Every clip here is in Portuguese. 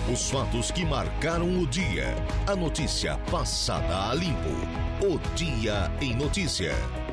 Os fatos que marcaram o dia. A notícia passada a limpo. O Dia em Notícia.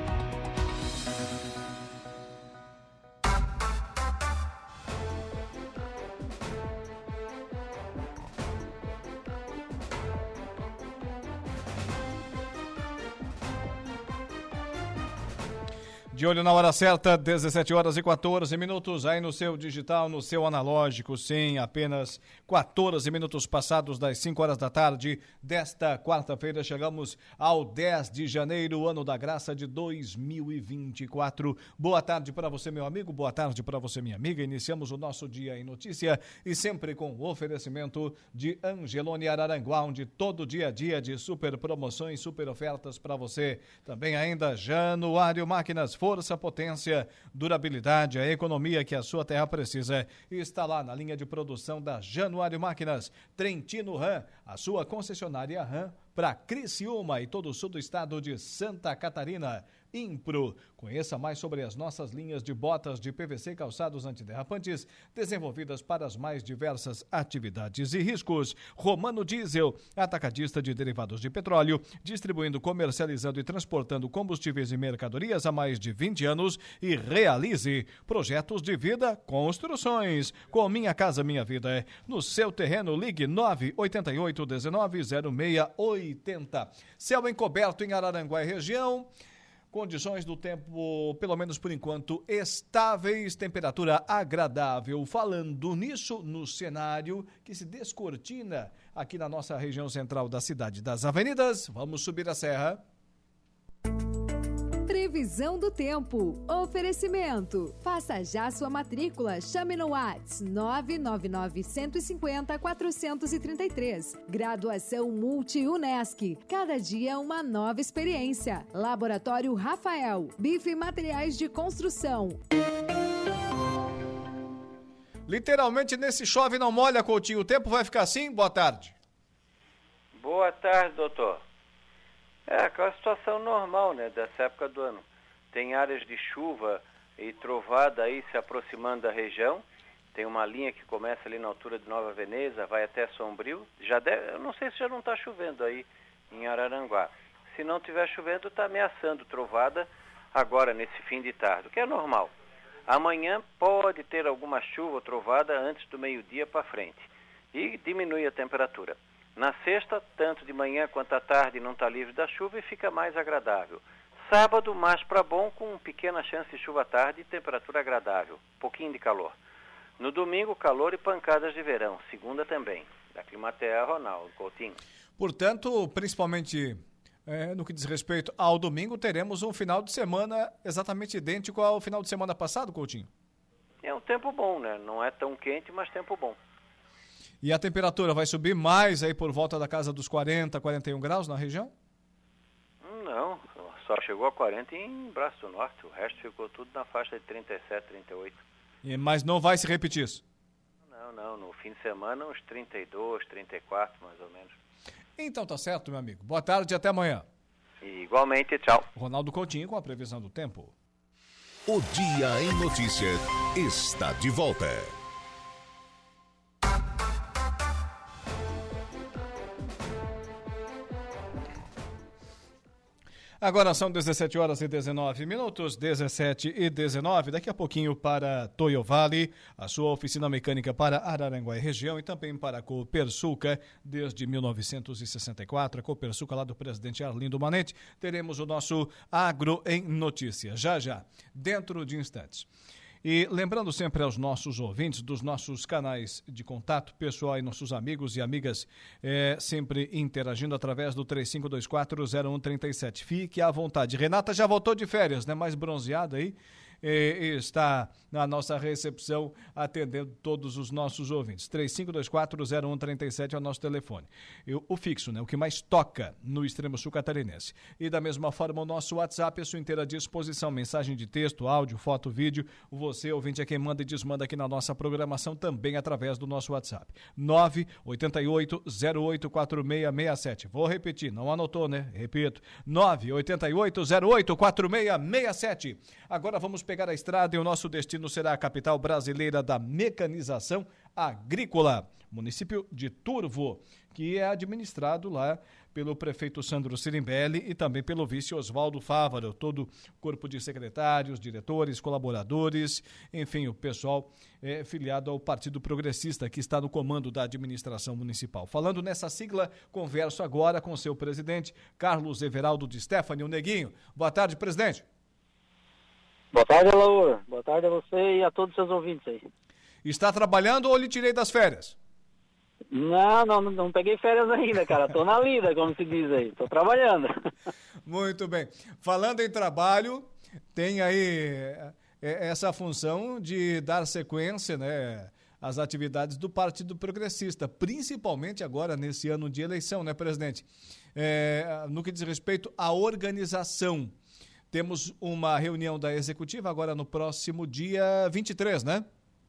De olho na hora certa, 17 horas e 14 minutos, aí no seu digital, no seu analógico, sim, apenas 14 minutos passados das 5 horas da tarde desta quarta-feira, chegamos ao 10 de janeiro, ano da graça de 2024. Boa tarde para você, meu amigo, boa tarde para você, minha amiga. Iniciamos o nosso Dia em Notícia e sempre com o oferecimento de Angelone Araranguá, onde todo dia a dia de super promoções, super ofertas para você. Também ainda Januário Máquinas, força, potência, durabilidade, a economia que a sua terra precisa está lá na linha de produção da Januário Máquinas. Trentino Ram, a sua concessionária Ram para Criciúma e todo o sul do estado de Santa Catarina. Impro, conheça mais sobre as nossas linhas de botas de PVC e calçados antiderrapantes, desenvolvidas para as mais diversas atividades e riscos. Romano Diesel, atacadista de derivados de petróleo, distribuindo, comercializando e transportando combustíveis e mercadorias há mais de 20 anos e realize projetos de vida, construções. Com Minha Casa Minha Vida, no seu terreno, ligue 988-190680. Céu encoberto em Araranguá e região. Condições do tempo, pelo menos por enquanto, estáveis, temperatura agradável. Falando nisso, no cenário que se descortina aqui na nossa região central da cidade das avenidas, vamos subir a serra. Previsão do tempo. Oferecimento. Faça já sua matrícula. Chame no WhatsApp 999-150-433. Graduação Multi-UNESC. Cada dia uma nova experiência. Laboratório Rafael. Bife e materiais de construção. Literalmente nesse chove não molha, Coutinho. O tempo vai ficar assim? Boa tarde. Boa tarde, doutor. É aquela situação normal, né, dessa época do ano. Tem áreas de chuva e trovada aí se aproximando da região. Tem uma linha que começa ali na altura de Nova Veneza, vai até Sombrio. Eu não sei se já não está chovendo aí em Araranguá. Se não estiver chovendo, está ameaçando trovada agora nesse fim de tarde, o que é normal. Amanhã pode ter alguma chuva ou trovada antes do meio-dia para frente. E diminui a temperatura. Na sexta, tanto de manhã quanto à tarde não está livre da chuva e fica mais agradável. Sábado, mais para bom, com pequena chance de chuva à tarde e temperatura agradável, pouquinho de calor. No domingo, calor e pancadas de verão. Segunda também. Da Climatea, Ronaldo Coutinho. Portanto, principalmente no que diz respeito ao domingo, teremos um final de semana exatamente idêntico ao final de semana passado, Coutinho? É um tempo bom, né? Não é tão quente, mas tempo bom. E a temperatura vai subir mais aí por volta da casa dos 40, 41 graus na região? Não, só chegou a 40 em Braço do Norte. O resto ficou tudo na faixa de 37, 38. Mas não vai se repetir isso? Não. No fim de semana, uns 32, 34, mais ou menos. Então tá certo, meu amigo. Boa tarde e até amanhã. E igualmente, tchau. Ronaldo Coutinho com a previsão do tempo. O Dia em Notícia está de volta. Agora são 17 horas e 19 minutos, 17 e 19. Daqui a pouquinho para Toyo Vale, a sua oficina mecânica para Araranguá e região, e também para a Copersuca, desde 1964. A Copersuca lá do presidente Arlindo Manente. Teremos o nosso Agro em Notícia, já, dentro de instantes. E lembrando sempre aos nossos ouvintes dos nossos canais de contato pessoal e nossos amigos e amigas sempre interagindo através do 35240137. Fique à vontade. Renata já voltou de férias, né? Mais bronzeada aí. Está na nossa recepção atendendo todos os nossos ouvintes. 35240137 é o nosso telefone. O fixo, né? O que mais toca no extremo sul catarinense. E da mesma forma o nosso WhatsApp é à sua inteira disposição. Mensagem de texto, áudio, foto, vídeo. Você, ouvinte, é quem manda e desmanda aqui na nossa programação também através do nosso WhatsApp. 988084667. Vou repetir, não anotou, né? Repito. 988084667. Agora vamos pegar a estrada e o nosso destino destino será a capital brasileira da mecanização agrícola, município de Turvo, que é administrado lá pelo prefeito Sandro Sirimbelli e também pelo vice Oswaldo Fávaro, todo o corpo de secretários, diretores, colaboradores, enfim, o pessoal filiado ao Partido Progressista, que está no comando da administração municipal. Falando nessa sigla, converso agora com seu presidente, Carlos Everaldo de Stefani, o Neguinho. Boa tarde, presidente. Boa tarde, Alaor. Boa tarde a você e a todos os seus ouvintes aí. Está trabalhando ou lhe tirei das férias? Não peguei férias ainda, cara. Tô na lida, como se diz aí. Tô trabalhando. Muito bem. Falando em trabalho, tem aí essa função de dar sequência, né, às atividades do Partido Progressista, principalmente agora nesse ano de eleição, né, presidente? No que diz respeito à organização. Temos uma reunião da executiva agora no próximo dia 23, né?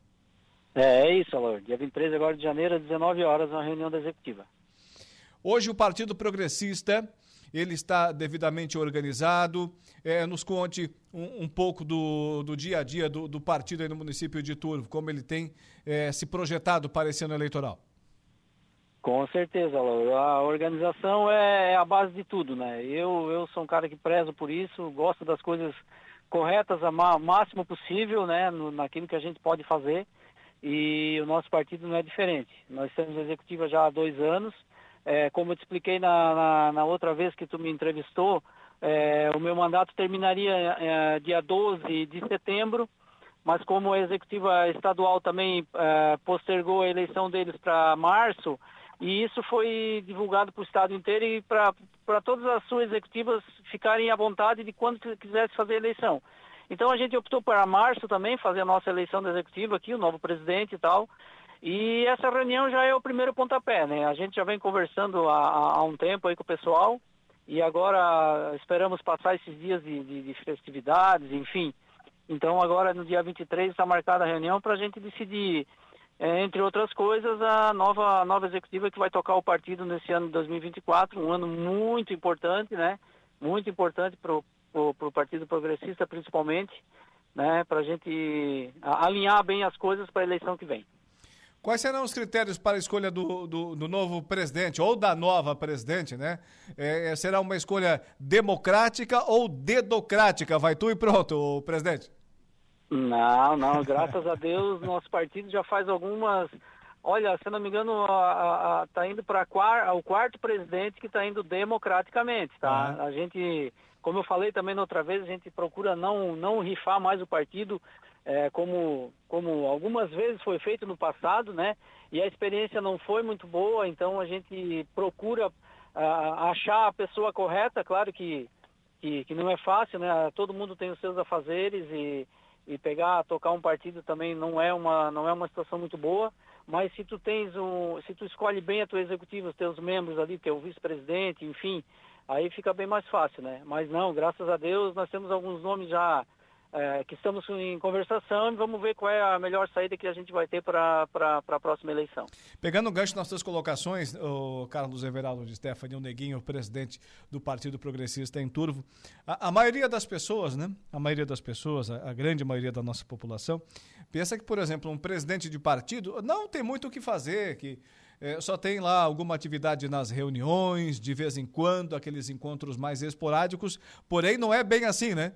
É isso, Alaor. Dia 23 agora de janeiro, às 19 horas, na reunião da executiva. Hoje o Partido Progressista, ele está devidamente organizado. Nos conte um pouco do dia a dia do partido aí no município de Turvo, como ele tem se projetado para esse ano eleitoral. Com certeza, Alaor. A organização é a base de tudo, né? Eu sou um cara que prezo por isso, gosto das coisas corretas o máximo possível, né? Naquilo que a gente pode fazer. E o nosso partido não é diferente. Nós temos executiva já há 2 anos. Como eu te expliquei na outra vez que tu me entrevistou, o meu mandato terminaria dia 12 de setembro, mas como a executiva estadual também postergou a eleição deles para março, e isso foi divulgado para o estado inteiro e para todas as suas executivas ficarem à vontade de quando quisesse fazer a eleição. Então a gente optou para março também fazer a nossa eleição da executiva aqui, o novo presidente e tal. E essa reunião já é o primeiro pontapé, né? A gente já vem conversando há um tempo aí com o pessoal e agora esperamos passar esses dias de festividades, enfim. Então agora no dia 23 está marcada a reunião para a gente decidir, entre outras coisas, a nova executiva que vai tocar o partido nesse ano de 2024, um ano muito importante, né? Muito importante para o Partido Progressista, principalmente, né, para a gente alinhar bem as coisas para a eleição que vem. Quais serão os critérios para a escolha do novo presidente, ou da nova presidente, né? Será uma escolha democrática ou dedocrática? Vai tu e pronto, presidente. Não, graças a Deus, nosso partido já faz algumas... Olha, se não me engano, está indo para o quarto presidente que está indo democraticamente, tá? A gente, como eu falei também na outra vez, a gente procura não rifar mais o partido, como algumas vezes foi feito no passado, né? E a experiência não foi muito boa, então a gente procura achar a pessoa correta. Claro que não é fácil, né? Todo mundo tem os seus afazeres e tocar um partido também não é uma situação muito boa. Mas se tu escolhe bem a tua executiva, os teus membros ali, teu vice-presidente, enfim, aí fica bem mais fácil, né? Mas não, graças a Deus, nós temos alguns nomes já que estamos em conversação e vamos ver qual é a melhor saída que a gente vai ter para a próxima eleição. Pegando o gancho nas suas colocações, o Carlos Everaldo de Stefani, o Neguinho, o presidente do Partido Progressista em Turvo, a maioria das pessoas, né? A grande maioria da nossa população, pensa que, por exemplo, um presidente de partido não tem muito o que fazer, que só tem lá alguma atividade nas reuniões, de vez em quando, aqueles encontros mais esporádicos, porém não é bem assim, né?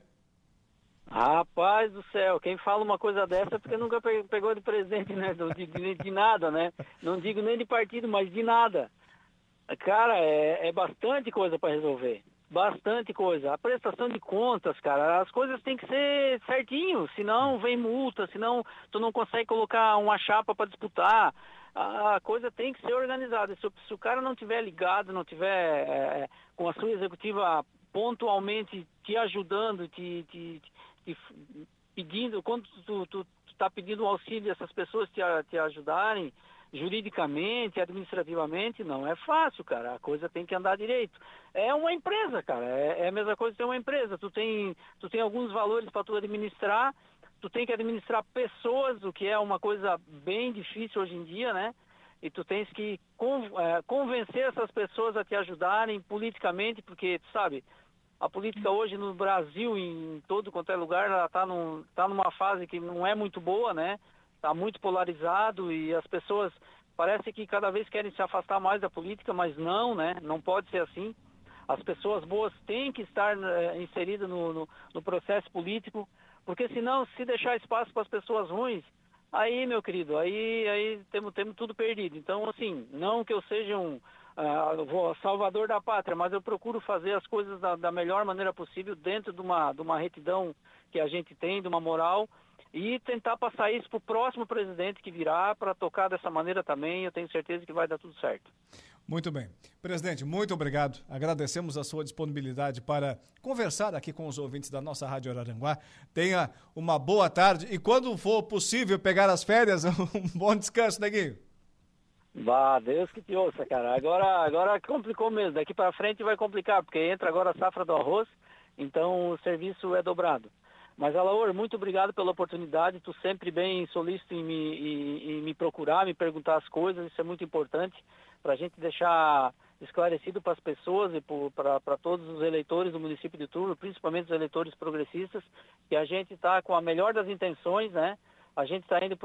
Rapaz do céu, quem fala uma coisa dessa é porque nunca pegou de presidente, né? De nada, né? Não digo nem de partido, mas de nada. Cara, é bastante coisa para resolver. Bastante coisa. A prestação de contas, cara, as coisas têm que ser certinho, senão vem multa, senão tu não consegue colocar uma chapa para disputar. A coisa tem que ser organizada. Se o cara não tiver ligado, não tiver com a sua executiva pontualmente te ajudando, te pedindo, quando tu está pedindo auxílio, essas pessoas te ajudarem juridicamente, administrativamente, não é fácil, cara. A coisa tem que andar direito. É uma empresa, cara. É a mesma coisa que ter uma empresa. Tu tem alguns valores para tu administrar, tu tem que administrar pessoas, o que é uma coisa bem difícil hoje em dia, né? E tu tens que convencer essas pessoas a te ajudarem politicamente, porque, tu sabe, A política hoje no Brasil, em todo quanto é lugar, ela tá numa fase que não é muito boa, né? Está muito polarizado e as pessoas parece que cada vez querem se afastar mais da política, mas não, né? Não pode ser assim. As pessoas boas têm que estar inseridas no processo político, porque senão, se deixar espaço para as pessoas ruins, aí, meu querido, aí temos tudo perdido. Então, assim, não que eu seja salvador da pátria, mas eu procuro fazer as coisas da melhor maneira possível, dentro de uma retidão que a gente tem, de uma moral, e tentar passar isso para o próximo presidente que virá, para tocar dessa maneira também. Eu tenho certeza que vai dar tudo certo. Muito bem. Presidente, muito obrigado. Agradecemos a sua disponibilidade para conversar aqui com os ouvintes da nossa Rádio Araranguá. Tenha uma boa tarde e, quando for possível pegar as férias, um bom descanso, Neguinho. Vá, Deus que te ouça, cara. Agora complicou mesmo. Daqui para frente vai complicar, porque entra agora a safra do arroz, então o serviço é dobrado. Mas, Alaor, muito obrigado pela oportunidade. Tu sempre bem solícito em me procurar, me perguntar as coisas. Isso é muito importante para a gente deixar esclarecido para as pessoas e para todos os eleitores do município de Turvo, principalmente os eleitores progressistas, que a gente está com a melhor das intenções, né? A gente está indo para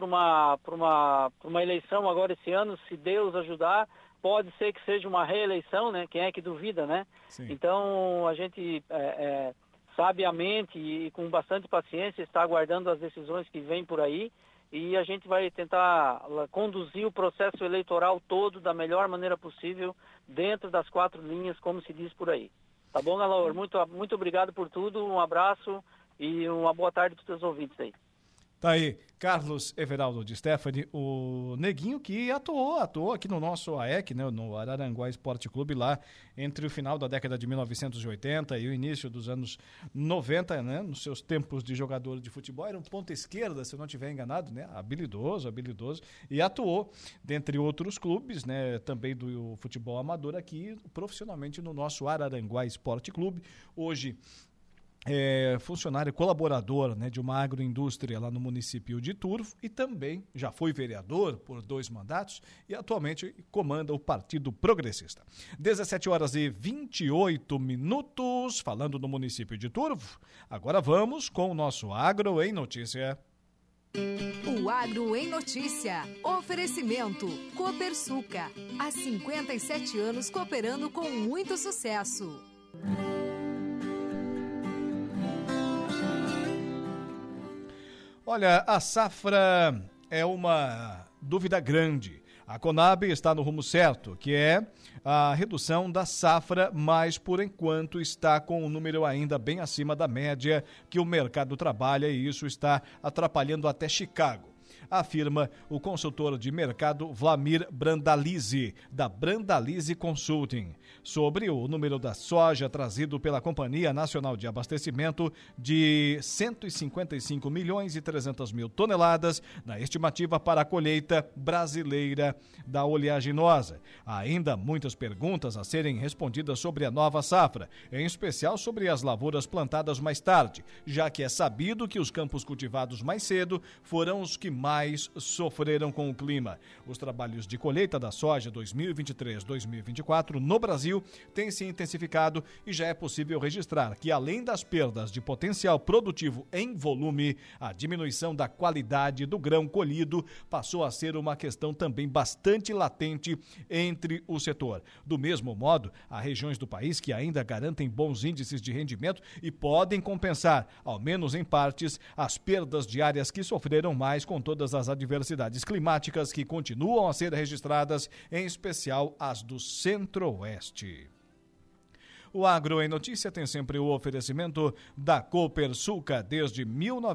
uma eleição agora esse ano, se Deus ajudar, pode ser que seja uma reeleição, né? Quem é que duvida, né? Sim. Então, a gente sabiamente e com bastante paciência está aguardando as decisões que vêm por aí, e a gente vai tentar conduzir o processo eleitoral todo da melhor maneira possível, dentro das 4 linhas, como se diz por aí. Tá bom, Alaor? Muito obrigado por tudo, um abraço e uma boa tarde para os teus ouvintes aí. Tá aí, Carlos Everaldo de Stefani, o Neguinho, que atuou aqui no nosso AEC, né, no Araranguá Esporte Clube, lá entre o final da década de 1980 e o início dos anos 90, né, nos seus tempos de jogador de futebol. Era um ponta esquerda, se eu não estiver enganado, né, habilidoso, e atuou, dentre outros clubes, né, também do futebol amador aqui, profissionalmente no nosso Araranguá Esporte Clube. Hoje funcionário colaborador, né, de uma agroindústria lá no município de Turvo, e também já foi vereador por 2 mandatos e atualmente comanda o Partido Progressista. 17h28, falando no município de Turvo. Agora vamos com o nosso Agro em Notícia. O Agro em Notícia. Oferecimento Copersuca. Há 57 anos cooperando com muito sucesso. Olha, a safra é uma dúvida grande. A Conab está no rumo certo, que é a redução da safra, mas por enquanto está com um número ainda bem acima da média que o mercado trabalha, e isso está atrapalhando até Chicago. Afirma o consultor de mercado Vlamir Brandalize, da Brandalize Consulting, sobre o número da soja trazido pela Companhia Nacional de Abastecimento de 155 milhões e 300 mil toneladas na estimativa para a colheita brasileira da oleaginosa. Há ainda muitas perguntas a serem respondidas sobre a nova safra, em especial sobre as lavouras plantadas mais tarde, já que é sabido que os campos cultivados mais cedo foram os que mais sofreram com o clima. Os trabalhos de colheita da soja 2023-2024 no Brasil têm se intensificado e já é possível registrar que, além das perdas de potencial produtivo em volume, a diminuição da qualidade do grão colhido passou a ser uma questão também bastante latente entre o setor. Do mesmo modo, há regiões do país que ainda garantem bons índices de rendimento e podem compensar, ao menos em partes, as perdas de áreas que sofreram mais com todas as adversidades climáticas que continuam a ser registradas, em especial as do Centro-Oeste. O Agro em Notícia tem sempre o oferecimento da Copersuca desde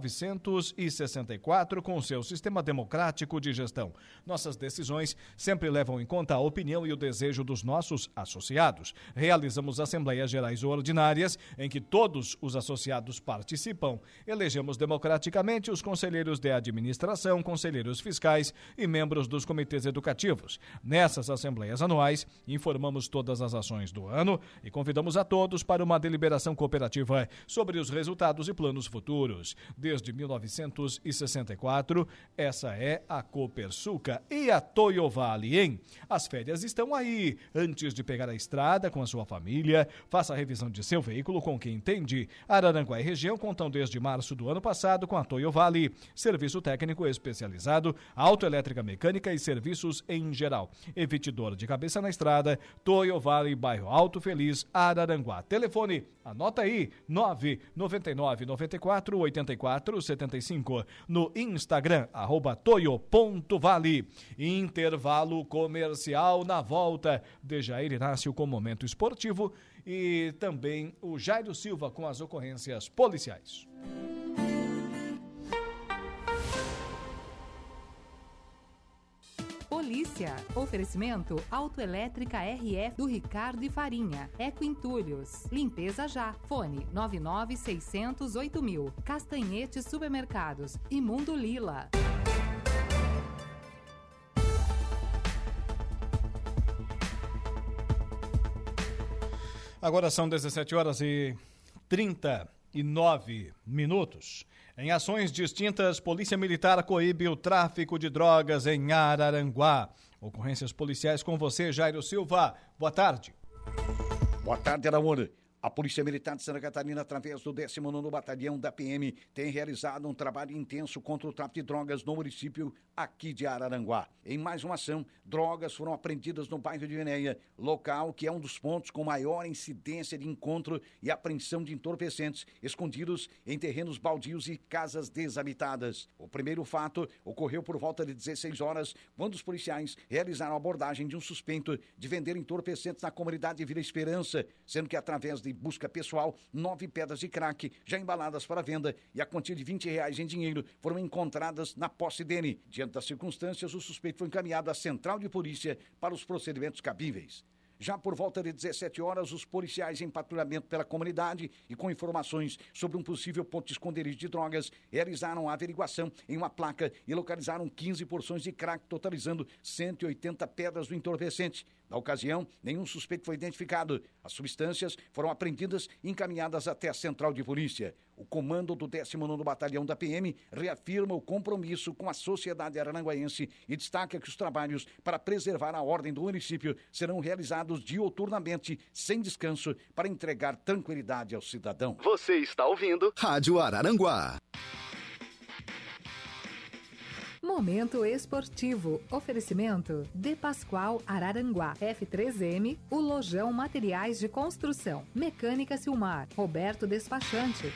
1964, com seu sistema democrático de gestão. Nossas decisões sempre levam em conta a opinião e o desejo dos nossos associados. Realizamos assembleias gerais ordinárias em que todos os associados participam. Elegemos democraticamente os conselheiros de administração, conselheiros fiscais e membros dos comitês educativos. Nessas assembleias anuais, informamos todas as ações do ano e convidamos convidamos a todos para uma deliberação cooperativa sobre os resultados e planos futuros. Desde 1964, essa é a Copersucar e a Toyo Vale, hein? As férias estão aí. Antes de pegar a estrada com a sua família, faça a revisão de seu veículo com quem entende. Araranguá e região contam desde março do ano passado com a Toyo Vale, serviço técnico especializado, autoelétrica mecânica e serviços em geral. Evite dor de cabeça na estrada. Toyo Vale, bairro Alto Feliz, Araranguá. Telefone, anota aí, 999-94-84-75. No Instagram, @toyo.vale. Intervalo comercial. Na volta, Dejair Inácio com Momento Esportivo e também o Jairo Silva com as ocorrências policiais. Polícia. Oferecimento Autoelétrica RF do Ricardo e Farinha. Eco Entulhos. Limpeza já. Fone 99-600-8000. Castanhetes Supermercados. Imundo Lila. Agora são 17h39. Em ações distintas, Polícia Militar coíbe o tráfico de drogas em Araranguá. Ocorrências policiais com você, Jairo Silva. Boa tarde. Boa tarde, Araúna. A Polícia Militar de Santa Catarina, através do 19º Batalhão da PM, tem realizado um trabalho intenso contra o tráfico de drogas no município aqui de Araranguá. Em mais uma ação, drogas foram apreendidas no bairro de Venéia, local que é um dos pontos com maior incidência de encontro e apreensão de entorpecentes escondidos em terrenos baldios e casas desabitadas. O primeiro fato ocorreu por volta de 16 horas, quando os policiais realizaram a abordagem de um suspeito de vender entorpecentes na comunidade de Vila Esperança, sendo que através de busca pessoal, 9 pedras de crack já embaladas para venda e a quantia de R$20 em dinheiro foram encontradas na posse dele. Diante das circunstâncias, o suspeito foi encaminhado à central de polícia para os procedimentos cabíveis. Já por volta de 17 horas, os policiais em patrulhamento pela comunidade e com informações sobre um possível ponto de esconderijo de drogas, realizaram a averiguação em uma placa e localizaram 15 porções de crack, totalizando 180 pedras do entorpecente. Na ocasião, nenhum suspeito foi identificado. As substâncias foram apreendidas e encaminhadas até a central de polícia. O comando do 19º Batalhão da PM reafirma o compromisso com a sociedade araranguaense e destaca que os trabalhos para preservar a ordem do município serão realizados diuturnamente, sem descanso, para entregar tranquilidade ao cidadão. Você está ouvindo Rádio Araranguá. Momento Esportivo. Oferecimento De Pascoal Araranguá. F3M, o Lojão Materiais de Construção. Mecânica Silmar. Roberto Despachante.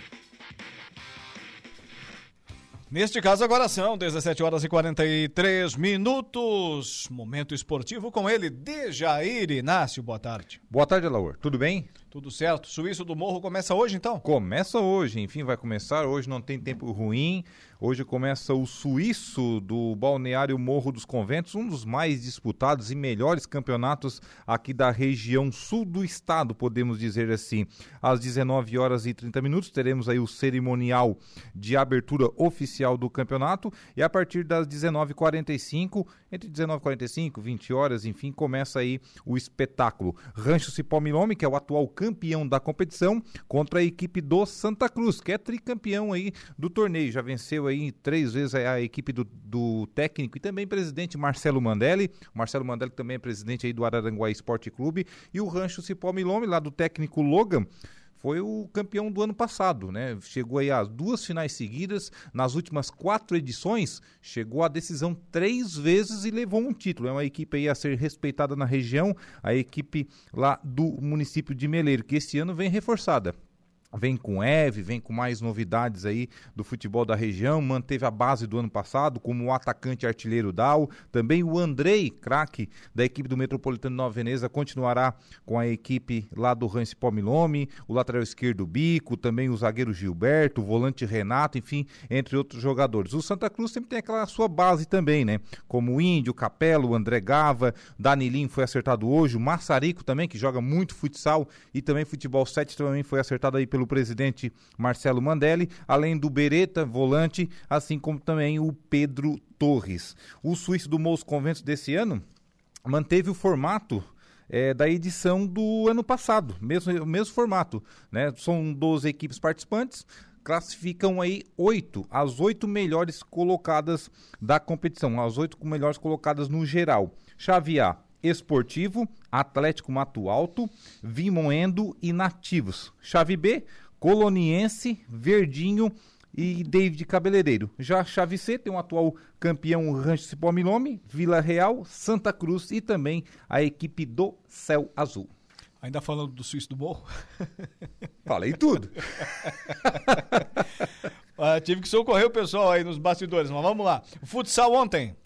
Neste caso, agora são 17h43. Momento Esportivo com ele, Dejair Inácio. Boa tarde. Boa tarde, Alaor. Tudo bem? Tudo certo. Suíço do Morro começa hoje, então? Começa hoje, enfim, vai começar. Hoje não tem tempo ruim. Hoje começa o Suíço do Balneário Morro dos Conventos, um dos mais disputados e melhores campeonatos aqui da região sul do estado, podemos dizer assim. Às 19h30 teremos aí o cerimonial de abertura oficial do campeonato e a partir das 19h45, entre 19h45 e 20 horas, enfim, começa aí o espetáculo. Rancho Cipó Milome, que é o atual campeão da competição, contra a equipe do Santa Cruz, que é tricampeão aí do torneio, já venceu aí 3 vezes a equipe do técnico e também presidente Marcelo Mandelli. O Marcelo Mandelli também é presidente aí do Araranguá Esporte Clube, e o Rancho Cipó Milome, lá do técnico Logan, foi o campeão do ano passado, né? Chegou aí às 2 finais seguidas, nas últimas 4 edições, chegou à decisão 3 vezes e levou um título. É uma equipe aí a ser respeitada na região, a equipe lá do município de Meleiro, que esse ano vem reforçada. Vem com vem com mais novidades aí do futebol da região, manteve a base do ano passado, como o atacante artilheiro Dal, também o Andrei, craque da equipe do Metropolitano Nova Veneza, continuará com a equipe lá do Rancho Cipó Milome, o lateral esquerdo Bico, também o zagueiro Gilberto, o volante Renato, enfim, entre outros jogadores. O Santa Cruz sempre tem aquela sua base também, né, como o Índio, o Capelo, o André Gava, Danilinho foi acertado hoje, o Massarico também, que joga muito futsal e também futebol 7, também foi acertado aí pelo presidente Marcelo Mandelli, além do Beretta, volante, assim como também o Pedro Torres. O Suíço do Morro dos Conventos desse ano manteve o formato da edição do ano passado, mesmo formato, né? São 12 equipes participantes, classificam aí as 8 melhores colocadas da competição, as 8 melhores colocadas no geral. Chave A, Esportivo, Atlético Mato Alto, Vimoendo e Nativos. Chave B, Coloniense, Verdinho e David Cabeleireiro. Já a chave C tem o atual campeão Rancho Cipó Milome, Vila Real, Santa Cruz e também a equipe do Céu Azul. Ainda falando do Suíço do Morro? Falei tudo. Tive que socorrer o pessoal aí nos bastidores, mas vamos lá. Futsal ontem,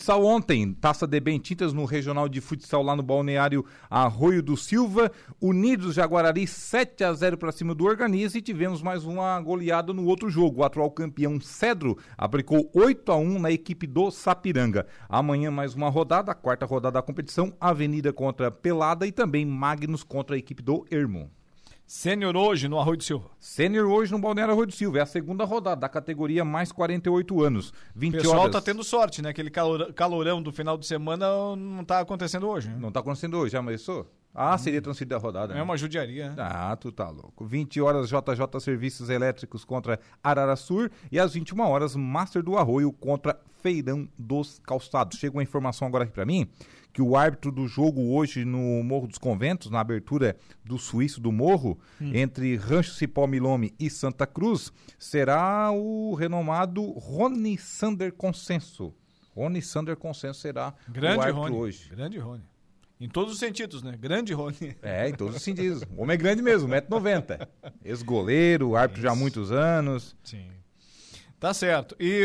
Taça de Bentintas no Regional de Futsal lá no Balneário Arroio do Silva, Unidos Jaguarari 7-0 para cima do Organiza e tivemos mais uma goleada no outro jogo. O atual campeão Cedro aplicou 8-1 na equipe do Sapiranga. Amanhã mais uma rodada, a 4ª rodada da competição, Avenida contra Pelada e também Magnus contra a equipe do Ermo. Sênior hoje no Arroio do Silva. Sênior hoje no Balneário Arroio do Silva. É a 2ª rodada da categoria mais 48 anos. 20 o pessoal horas. tá tendo sorte, né? Aquele calorão do final de semana não tá acontecendo hoje. Né? Não tá acontecendo hoje, já começou? Seria transferida a rodada. É né? uma judiaria, né? Tu tá louco. 20 horas JJ Serviços Elétricos contra Araraçur e às 21 horas Master do Arroio contra Feirão dos Calçados. Chega uma informação agora aqui pra mim, que o árbitro do jogo hoje no Morro dos Conventos, na abertura do Suíço do Morro, entre Rancho Cipó Milome e Santa Cruz, será o renomado Rony Sander Consenso. Rony Sander Consenso será grande o árbitro Rony, hoje. Grande Rony. Em todos os sentidos, né? Grande Rony. Em todos os sentidos. O homem é grande mesmo, 1,90 m. Ex-goleiro, árbitro já há muitos anos. Sim. Tá certo. E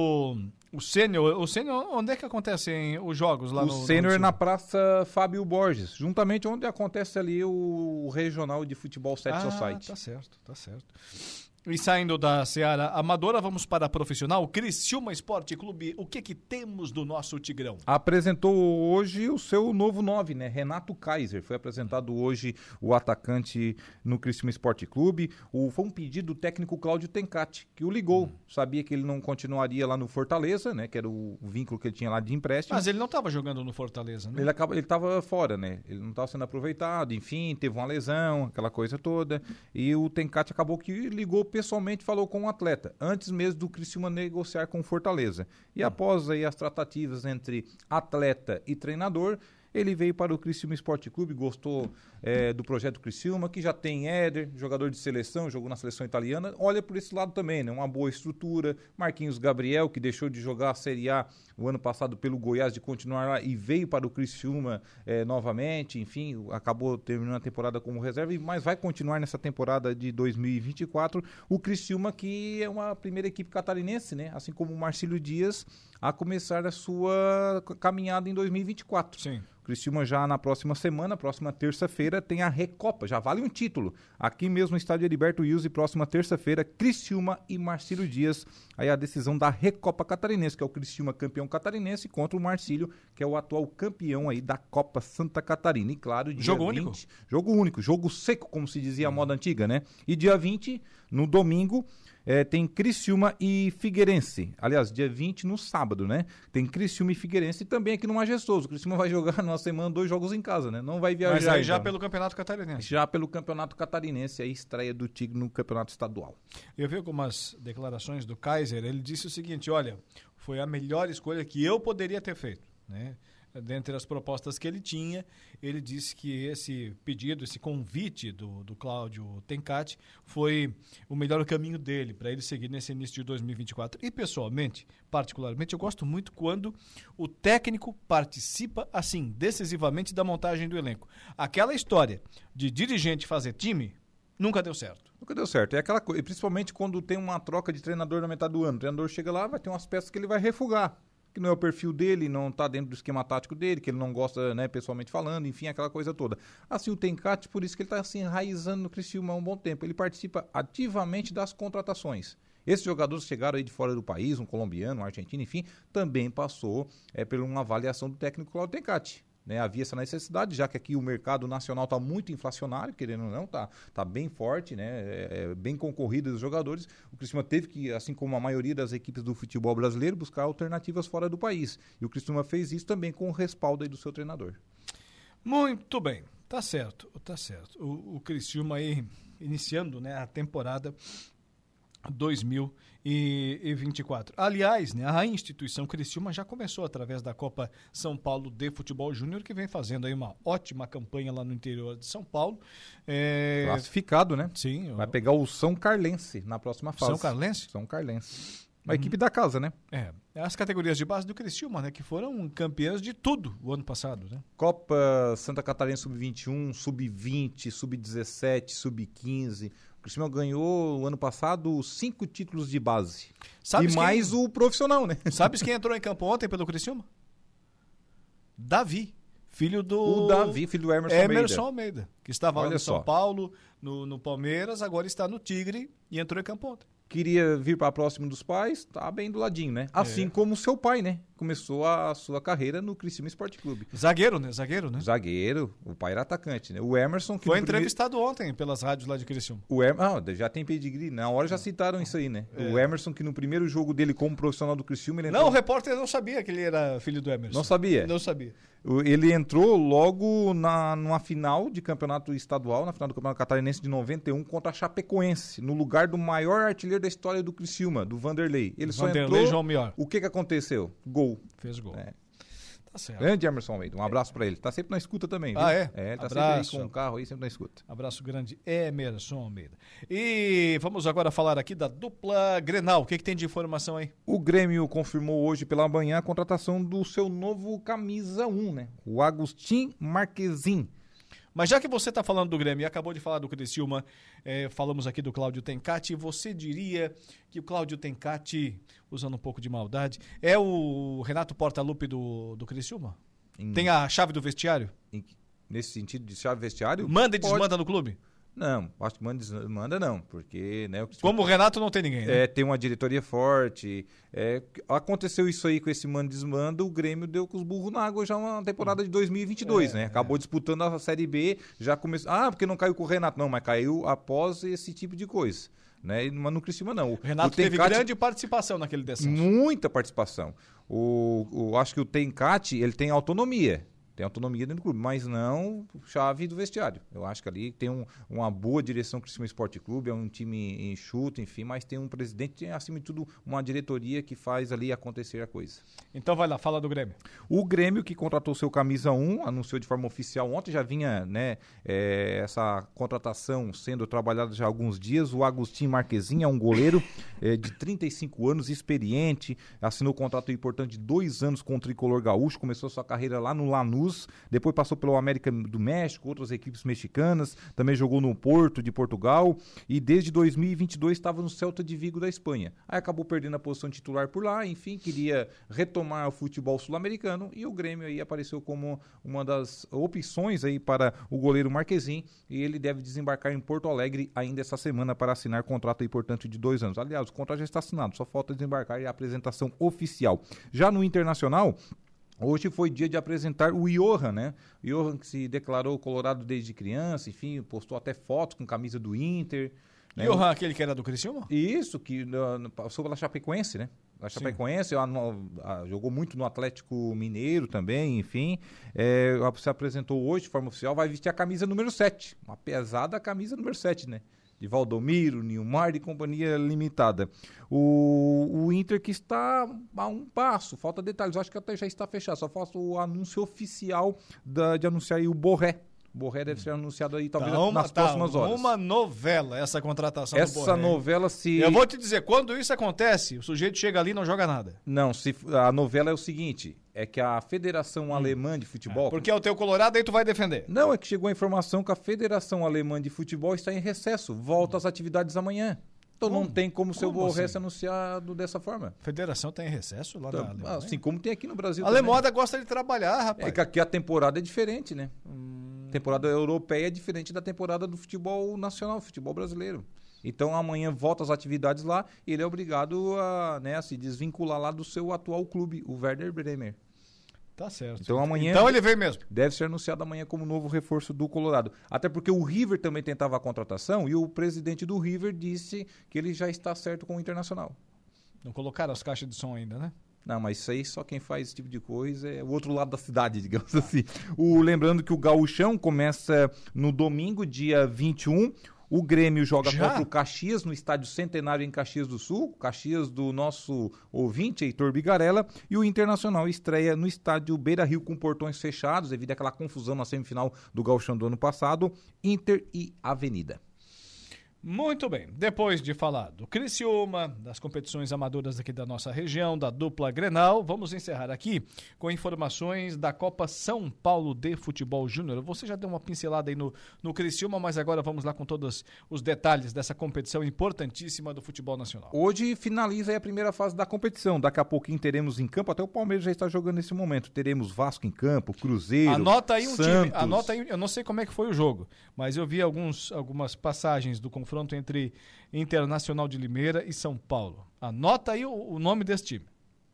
o Sênior, onde é que acontecem os jogos lá no... O Sênior na Praça Fábio Borges, juntamente onde acontece ali o Regional de Futebol 7 Society. Tá certo. E saindo da Seara Amadora, vamos para a profissional. Criciúma Esporte Clube, o que temos do nosso Tigrão? Apresentou hoje o seu novo 9, né? Renato Kaiser. Foi apresentado hoje o atacante no Criciúma Esporte Clube. Foi um pedido do técnico Cláudio Tencati, que o ligou. Sabia que ele não continuaria lá no Fortaleza, né? Que era o vínculo que ele tinha lá de empréstimo. Mas ele não estava jogando no Fortaleza, né? Ele estava fora, né? Ele não estava sendo aproveitado, enfim, teve uma lesão, aquela coisa toda. E o Tencati acabou que ligou pessoalmente, falou com o atleta, antes mesmo do Criciúma negociar com o Fortaleza. E após aí as tratativas entre atleta e treinador, ele veio para o Criciúma Esporte Clube, gostou do projeto Criciúma, que já tem Éder, jogador de seleção, jogou na seleção italiana, olha por esse lado também, né? Uma boa estrutura, Marquinhos Gabriel, que deixou de jogar a Série A o ano passado pelo Goiás, de continuar lá e veio para o Criciúma novamente, enfim, acabou terminando a temporada como reserva, mas vai continuar nessa temporada de 2024, o Criciúma, que é uma primeira equipe catarinense, né? Assim como o Marcílio Dias, a começar a sua caminhada em 2024. Sim. Criciúma já na próxima semana, próxima terça-feira, tem a Recopa, já vale um título. Aqui mesmo no estádio Heriberto Wilson, próxima terça-feira, Criciúma e Marcílio Dias. Aí a decisão da Recopa Catarinense, que é o Criciúma campeão catarinense, contra o Marcílio, que é o atual campeão aí da Copa Santa Catarina. E claro, dia jogo 20, único? Jogo único, jogo seco, como se dizia a moda antiga, né? E dia 20, no domingo, tem Criciúma e Figueirense. Aliás, dia 20 no sábado, né? Tem Criciúma e Figueirense e também aqui no Majestoso. O Criciúma vai jogar na semana 2 jogos em casa, né? Não vai viajar. Mas aí já então. pelo Campeonato Catarinense. Já pelo Campeonato Catarinense, a estreia do Tigre no Campeonato Estadual. Eu vi algumas declarações do Kaiser, ele disse o seguinte, olha, foi a melhor escolha que eu poderia ter feito, né? Dentre as propostas que ele tinha, ele disse que esse pedido, esse convite do Cláudio Tencati foi o melhor caminho dele para ele seguir nesse início de 2024. E pessoalmente, particularmente, eu gosto muito quando o técnico participa assim, decisivamente da montagem do elenco. Aquela história de dirigente fazer time nunca deu certo. Nunca deu certo. É aquela coisa, principalmente quando tem uma troca de treinador na metade do ano. O treinador chega lá, vai ter umas peças que ele vai refugar, que não é o perfil dele, não está dentro do esquema tático dele, que ele não gosta, né, pessoalmente falando, enfim, aquela coisa toda. Assim, o Tencati, por isso que ele está assim, enraizando no Criciúma há um bom tempo. Ele participa ativamente das contratações. Esses jogadores que chegaram aí de fora do país, um colombiano, um argentino, enfim, também passou por uma avaliação do técnico Cláudio Tencati. Né, havia essa necessidade, já que aqui o mercado nacional está muito inflacionário, querendo ou não, tá bem forte, né, bem concorrido os jogadores. O Criciúma teve que, assim como a maioria das equipes do futebol brasileiro, buscar alternativas fora do país. E o Criciúma fez isso também com o respaldo aí do seu treinador. Muito bem, tá certo. O Criciúma aí iniciando, né, a temporada 2024. Aliás, né, a instituição Criciúma já começou através da Copa São Paulo de Futebol Júnior, que vem fazendo aí uma ótima campanha lá no interior de São Paulo. Classificado, né? Sim. Vai pegar o São Carlense na próxima fase. São Carlense? São Carlense. A equipe da casa, né? As categorias de base do Criciúma, né, que foram campeãs de tudo o ano passado, né? Copa Santa Catarina Sub-21, Sub-20, Sub-17, Sub-15. O Criciúma ganhou o ano passado 5 títulos de base. Mais o profissional, né? Sabes quem entrou em campo ontem pelo Criciúma? Davi, filho do... O Davi, filho do Emerson Almeida. Que estava lá no São Paulo, no Palmeiras, agora está no Tigre e entrou em campo ontem. Queria vir para próximo dos pais, tá bem do ladinho, né? Assim como seu pai, né? Começou a sua carreira no Criciúma Esporte Clube. Zagueiro, né? Zagueiro. O pai era atacante, né? O Emerson... Foi entrevistado ontem pelas rádios lá de Criciúma. Já tem pedigree. Na hora já citaram isso aí, né? O Emerson, que no primeiro jogo dele como profissional do Criciúma... Não, o repórter não sabia que ele era filho do Emerson. Não sabia? Não sabia. Ele entrou logo numa final de campeonato estadual, na final do Campeonato Catarinense de 91, contra a Chapecoense, no lugar do maior artilheiro da história do Criciúma, do Vanderlei. Ele só entrou... João Mior. O que aconteceu? Gol. Fez gol. Tá certo. Grande Emerson Almeida. Um abraço pra ele. Tá sempre na escuta também, viu? É? Ele tá Abraço. sempre aí com o carro aí, sempre na escuta. Abraço grande, Emerson Almeida. E vamos agora falar aqui da dupla Grenal. O que tem de informação aí? O Grêmio confirmou hoje pela manhã a contratação do seu novo camisa 1, né? O Agustin Marquezin. Mas já que você está falando do Grêmio e acabou de falar do Criciúma, falamos aqui do Cláudio Tencati, você diria que o Cláudio Tencati, usando um pouco de maldade, é o Renato Portaluppi do Criciúma? Tem a chave do vestiário? Nesse sentido de chave vestiário? Manda e desmanda no clube? Não, acho que manda não, porque... né, como o Renato não tem ninguém, né? Tem uma diretoria forte. Aconteceu isso aí com esse manda e desmanda, o Grêmio deu com os burros na água já uma temporada de 2022, né? Acabou disputando a Série B, já começou... porque não caiu com o Renato. Não, mas caiu após esse tipo de coisa. Né? Mas no Criciúma não. O Renato teve grande participação naquele descenso. Muita participação. Acho que o Tencati, ele tem autonomia. Tem autonomia dentro do clube, mas não chave do vestiário. Eu acho que ali tem uma boa direção Criciúma Esporte Clube, é um time enxuto, enfim, mas tem um presidente e, acima de tudo, uma diretoria que faz ali acontecer a coisa. Então vai lá, fala do Grêmio. O Grêmio, que contratou seu camisa 1, anunciou de forma oficial ontem, já vinha, né, essa contratação sendo trabalhada já há alguns dias. O Agustin Marquezin é um goleiro de 35 anos, experiente, assinou um contrato importante de 2 anos com o Tricolor Gaúcho, começou sua carreira lá no Lanús, depois passou pelo América do México, outras equipes mexicanas, também jogou no Porto de Portugal e desde 2022 estava no Celta de Vigo da Espanha. Aí acabou perdendo a posição titular por lá, enfim, queria retomar o futebol sul-americano e o Grêmio aí apareceu como uma das opções aí para o goleiro Marquezin e ele deve desembarcar em Porto Alegre ainda essa semana para assinar contrato importante de 2 anos. Aliás, o contrato já está assinado, só falta desembarcar e a apresentação oficial. Já no Internacional, hoje foi dia de apresentar o Johan, né? O Johan que se declarou colorado desde criança, enfim, postou até fotos com camisa do Inter. Né? Johan, aquele que era do Criciúma? Isso, que passou pela Chapecoense, né? A Chapecoense jogou muito no Atlético Mineiro também, enfim. Se apresentou hoje de forma oficial, vai vestir a camisa número 7. Uma pesada camisa número 7, né? De Valdomiro, Nilmar e Companhia Limitada. O Inter que está a um passo, falta detalhes, eu acho que até já está fechado, só falta o anúncio oficial de anunciar aí o Borré. O Borré deve ser anunciado aí talvez nas próximas horas. Uma novela essa contratação do Borré. Essa novela se... Eu vou te dizer, quando isso acontece, o sujeito chega ali e não joga nada. Não, a novela é o seguinte, é que a Federação Alemã de Futebol... Porque é o teu colorado, aí tu vai defender. Não, é que chegou a informação que a Federação Alemã de Futebol está em recesso, volta às atividades amanhã. Então não tem como ser o Borré ser anunciado dessa forma. A federação tem recesso lá na Alemanha? Assim como tem aqui no Brasil. A Alemoda gosta de trabalhar, rapaz. É que aqui a temporada é diferente, né? A temporada europeia é diferente da temporada do futebol nacional, futebol brasileiro. Então amanhã volta às atividades lá e ele é obrigado a se desvincular lá do seu atual clube, o Werder Bremer. Tá certo. Então amanhã... Então ele vem mesmo. Deve ser anunciado amanhã como novo reforço do Colorado. Até porque o River também tentava a contratação e o presidente do River disse que ele já está certo com o Internacional. Não colocaram as caixas de som ainda, né? Não, mas isso aí só quem faz esse tipo de coisa é o outro lado da cidade, digamos assim. Lembrando que o Gauchão começa no domingo, dia 21. O Grêmio joga contra o Caxias, no Estádio Centenário em Caxias do Sul. Caxias do nosso ouvinte, Heitor Bigarella. E o Internacional estreia no Estádio Beira-Rio com portões fechados, devido àquela confusão na semifinal do Gauchão do ano passado. Inter e Avenida. Muito bem, depois de falar do Criciúma, das competições amadoras aqui da nossa região, da dupla Grenal, vamos encerrar aqui com informações da Copa São Paulo de Futebol Júnior. Você já deu uma pincelada aí no Criciúma, mas agora vamos lá com todos os detalhes dessa competição importantíssima do futebol nacional. Hoje finaliza aí a primeira fase da competição, daqui a pouquinho teremos em campo, até o Palmeiras já está jogando nesse momento, teremos Vasco em campo, Cruzeiro, anota aí um Santos. time, anota aí, eu não sei como é que foi o jogo, mas eu vi algumas passagens do confronto entre Internacional de Limeira e São Paulo. Anota aí o nome desse time.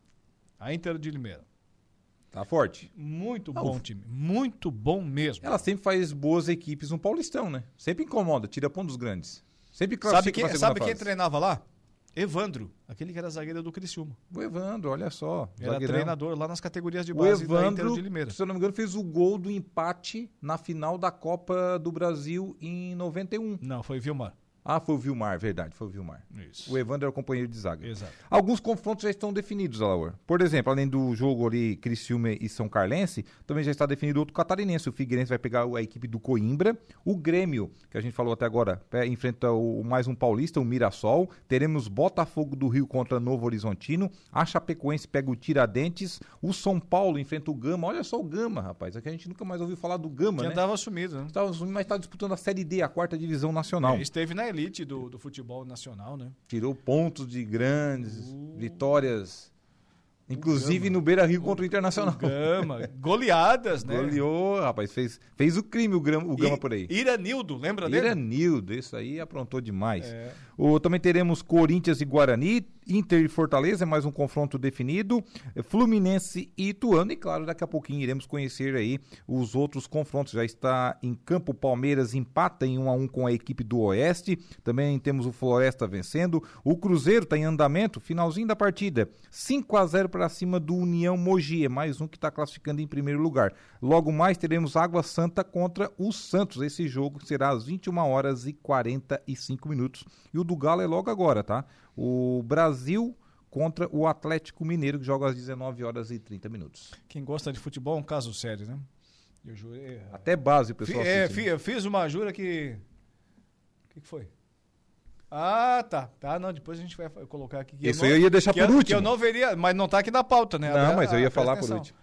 A Inter de Limeira. Tá forte. Muito bom time. Muito bom mesmo. Ela sempre faz boas equipes no Paulistão, né? Sempre incomoda, tira ponto dos grandes. Sempre classifica pra segunda Sabe fase. quem treinava lá? Evandro, aquele que era zagueiro do Criciúma. O Evandro, olha só. Era zagueirão. Treinador lá nas categorias de base da Inter de Limeira. Se eu não me engano, fez o gol do empate na final da Copa do Brasil em 91. Não, foi Vilmar. Ah, foi o Vilmar, verdade, foi o Vilmar. Isso. O Evandro era o companheiro de zaga. Exato. Alguns confrontos já estão definidos, Alaor. Por exemplo, além do jogo ali Criciúma e São Carlense, também já está definido outro catarinense. O Figueirense vai pegar a equipe do Coimbra. O Grêmio, que a gente falou até agora, enfrenta mais um paulista, o Mirassol. Teremos Botafogo do Rio contra Novo Horizontino. A Chapecoense pega o Tiradentes. O São Paulo enfrenta o Gama. Olha só o Gama, rapaz. Aqui a gente nunca mais ouviu falar do Gama, né? Que andava sumido, né? Estava sumido, mas está disputando a Série D, a 4ª divisão nacional. Esteve na elite do futebol nacional, né? Tirou pontos de grandes vitórias, inclusive no Beira-Rio contra o Internacional. Gama, goleadas, né? Goleou, rapaz, fez o crime o Gama por aí. Iranildo, lembra dele? Iranildo, isso aí aprontou demais. Também teremos Corinthians e Guarani, Inter e Fortaleza, mais um confronto definido, Fluminense e Ituano, e claro, daqui a pouquinho iremos conhecer aí os outros confrontos. Já está em campo, Palmeiras empata em 1-1 com a equipe do Oeste, também temos o Floresta vencendo, o Cruzeiro está em andamento, finalzinho da partida, 5-0 para cima do União Mogi, é mais um que está classificando em primeiro lugar. Logo mais teremos Água Santa contra o Santos, esse jogo será às 21h45, e o do Galo é logo agora, tá? O Brasil contra o Atlético Mineiro, que joga às 19h30. Quem gosta de futebol é um caso sério, né? Eu jurei. Até base, o pessoal. Eu fiz uma jura que. O que foi? Ah, tá. Não, depois a gente vai colocar aqui. Isso eu ia deixar por último. Que eu não veria, mas não tá aqui na pauta, né? Não, mas eu ia falar por último.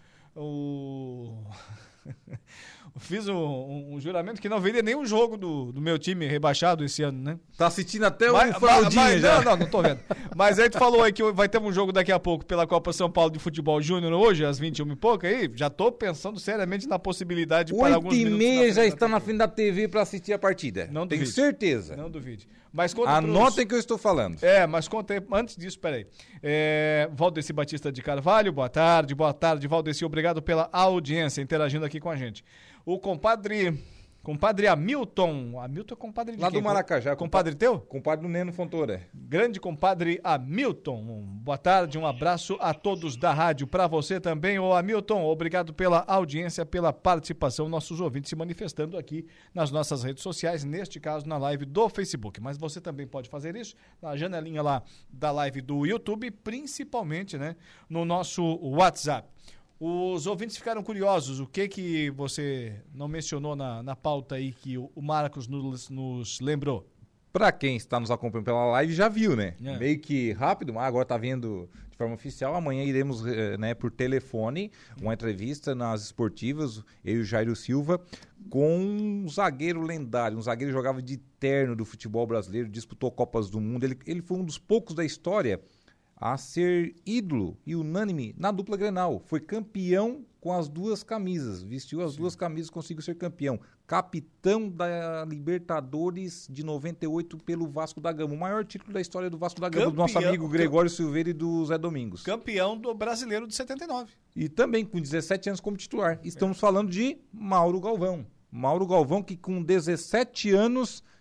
Fiz um juramento que não veria nenhum jogo do meu time rebaixado esse ano, né? Tá assistindo até o Fraldinha já. Não tô vendo. Mas aí tu falou aí que vai ter um jogo daqui a pouco pela Copa São Paulo de Futebol Júnior hoje, às 21h e pouco aí, já tô pensando seriamente na possibilidade de parar alguns minutos. 8h30 já está na frente da TV para assistir a partida. Não duvide. Tenho certeza. Não duvide. Mas anotem que eu estou falando. Mas conta aí, antes disso, peraí. Valdeci Batista de Carvalho, boa tarde, Valdeci, obrigado pela audiência, interagindo aqui com a gente. O compadre Hamilton é compadre de lá quem? Do Maracajá. Compadre teu? Compadre do Neno Fontoura. Grande compadre Hamilton, boa tarde, um abraço a todos da rádio, para você também, ô Hamilton, obrigado pela audiência, pela participação, nossos ouvintes se manifestando aqui nas nossas redes sociais, neste caso na live do Facebook, mas você também pode fazer isso na janelinha lá da live do YouTube, principalmente, né, no nosso WhatsApp. Os ouvintes ficaram curiosos, o que você não mencionou na pauta aí que o Marcos nos lembrou? Para quem está nos acompanhando pela live já viu, né? Meio que rápido, mas agora está vendo de forma oficial. Amanhã iremos, por telefone, uma entrevista nas esportivas, eu e o Jairo Silva, com um zagueiro lendário, um zagueiro que jogava de terno do futebol brasileiro, disputou Copas do Mundo. Ele foi um dos poucos da história a ser ídolo e unânime na dupla Grenal. Foi campeão com as duas camisas, vestiu as duas camisas, conseguiu ser campeão. Capitão da Libertadores de 98 pelo Vasco da Gama. O maior título da história do Vasco da Gama, do nosso amigo Gregório Silveira e do Zé Domingos. Campeão do Brasileiro de 79. E também com 17 anos como titular. Estamos falando de Mauro Galvão. Mauro Galvão que com 17 anos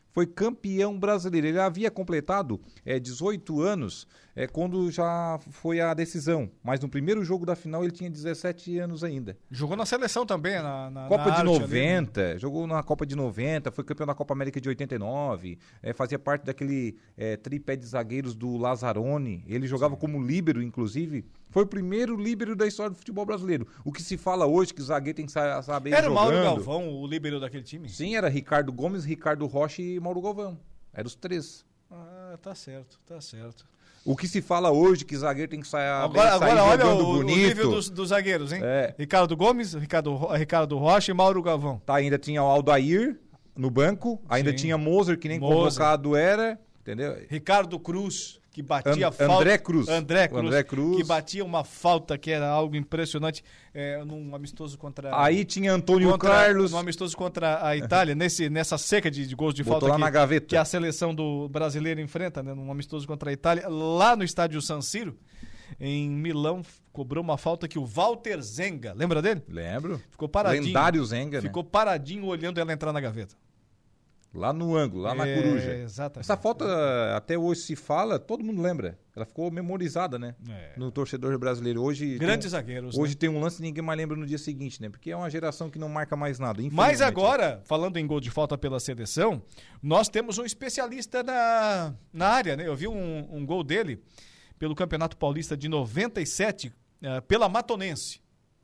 foi campeão brasileiro. Ele havia completado 18 anos quando já foi a decisão. Mas no primeiro jogo da final ele tinha 17 anos ainda. Jogou na seleção também, na Copa de 90, ali, né? Jogou na Copa de 90, foi campeão da Copa América de 89, fazia parte daquele tripé de zagueiros do Lazzaroni. Ele jogava como líbero, inclusive. Foi o primeiro líbero da história do futebol brasileiro. O que se fala hoje que o zagueiro tem que saber Era jogando. o Mauro Galvão, o líbero daquele time? Sim, era Ricardo Gomes, Ricardo Rocha e Mauro Galvão. Eram os três. Ah, tá certo. O que se fala hoje que zagueiro tem que sair agora jogando olha bonito. O nível dos zagueiros, hein? Ricardo Gomes, Ricardo Rocha e Mauro Galvão. Tá, ainda tinha o Aldair no banco, ainda tinha Moser, que nem convocado era, entendeu? Ricardo Cruz, que batia falta. André Cruz, que batia uma falta que era algo impressionante num amistoso contra... Aí tinha Antônio Carlos. Num amistoso contra a Itália, nessa seca de gols de Botou falta lá na gaveta. Que a seleção do brasileiro enfrenta, né, num amistoso contra a Itália, lá no estádio San Siro, em Milão, cobrou uma falta que o Walter Zenga, lembra dele? Lembro. Ficou paradinho. Lendário Zenga, Ficou paradinho olhando ela entrar na gaveta. Lá no ângulo, lá na coruja. Exatamente. Essa falta, até hoje se fala, todo mundo lembra. Ela ficou memorizada, né? No torcedor brasileiro. Hoje grandes zagueiros. Hoje, né? Tem um lance que ninguém mais lembra no dia seguinte, né? Porque é uma geração que não marca mais nada. Mas agora, falando em gol de falta pela seleção, nós temos um especialista na área, né? Eu vi um gol dele pelo Campeonato Paulista de 97, pela Matonense.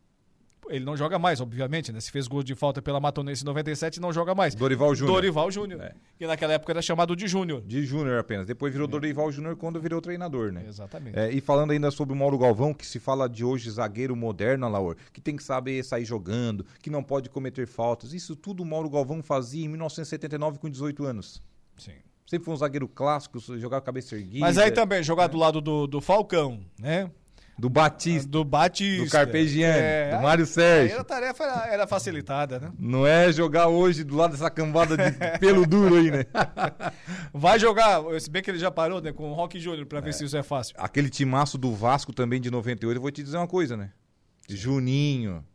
Ele não joga mais, obviamente, né? Se fez gol de falta pela Matonense em 97, não joga mais. Dorival Júnior. Que naquela época era chamado de Júnior. De Júnior apenas. Depois virou Dorival Júnior quando virou treinador, né? Exatamente. E falando ainda sobre o Mauro Galvão, que se fala de hoje zagueiro moderno, Alaor, que tem que saber sair jogando, que não pode cometer faltas. Isso tudo o Mauro Galvão fazia em 1979 com 18 anos. Sim. Sempre foi um zagueiro clássico, jogava cabeça erguida. Mas aí também, jogar do lado do Falcão, né? Do Batista. Do Carpegiani, do Mário Sérgio. Aí a tarefa era facilitada, né? Não é jogar hoje do lado dessa cambada de pelo duro aí, né? Vai jogar, se bem que ele já parou, né? Com o Roque Júnior, pra ver se isso é fácil. Aquele timaço do Vasco também de 98, eu vou te dizer uma coisa, né? Juninho,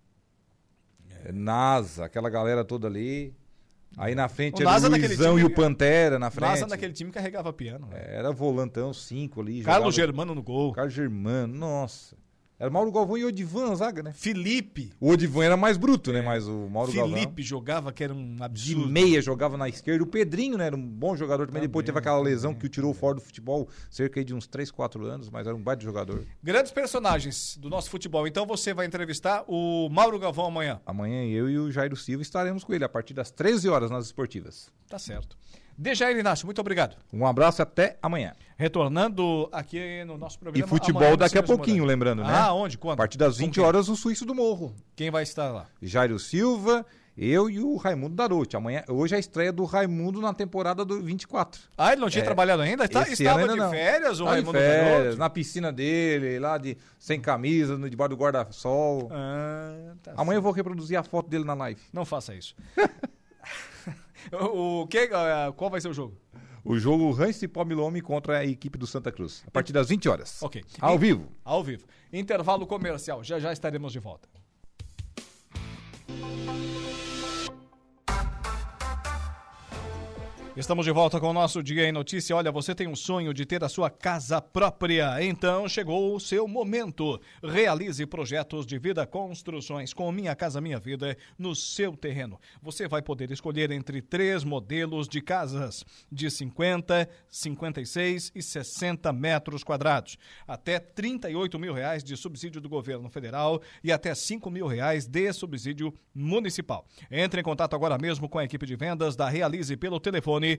Nasa, aquela galera toda ali. Aí na frente era o Luizão e o Pantera na frente. O Nasa naquele time carregava piano. Era volantão, 5 ali. Carlos Germano no gol. Carlos Germano, nossa. Era Mauro Galvão e Odivan, zaga, né? Felipe. O Odivan era mais bruto, né? Mas o Mauro Galvão... Felipe jogava, que era um absurdo. De meia jogava na esquerda. O Pedrinho, né? Era um bom jogador também. Depois teve aquela lesão que o tirou fora do futebol, cerca de uns 3, 4 anos, mas era um baita jogador. Grandes personagens do nosso futebol. Então você vai entrevistar o Mauro Galvão amanhã. Amanhã eu e o Jairo Silva estaremos com ele a partir das 13 horas nas esportivas. Tá certo. Dejair Inácio, muito obrigado. Um abraço e até amanhã. Retornando aqui no nosso programa. E futebol daqui a pouquinho, lembrando, né? Onde? Quando? A partir das 20 horas, o Suíço do Morro. Quem vai estar lá? Jairo Silva, eu e o Raimundo Darotti. Hoje é a estreia do Raimundo na temporada do 24. Ele não tinha trabalhado ainda? Estava de férias o Raimundo Darotti? Na piscina dele, lá sem camisa, debaixo do guarda-sol. Amanhã eu vou reproduzir a foto dele na live. Não faça isso. Qual vai ser o jogo? O jogo Rãs Cipó Milome contra a equipe do Santa Cruz. A partir das 20 horas. Ok. Ao vivo. Ao vivo. Intervalo comercial. Já estaremos de volta. Estamos de volta com o nosso Dia em Notícia. Olha, você tem um sonho de ter a sua casa própria? Então chegou o seu momento. Realize projetos de vida, construções com Minha Casa Minha Vida no seu terreno. Você vai poder escolher entre 3 modelos de casas de 50, 56 e 60 metros quadrados. Até R$38 mil de subsídio do governo federal e até R$5 mil de subsídio municipal. Entre em contato agora mesmo com a equipe de vendas da Realize pelo telefone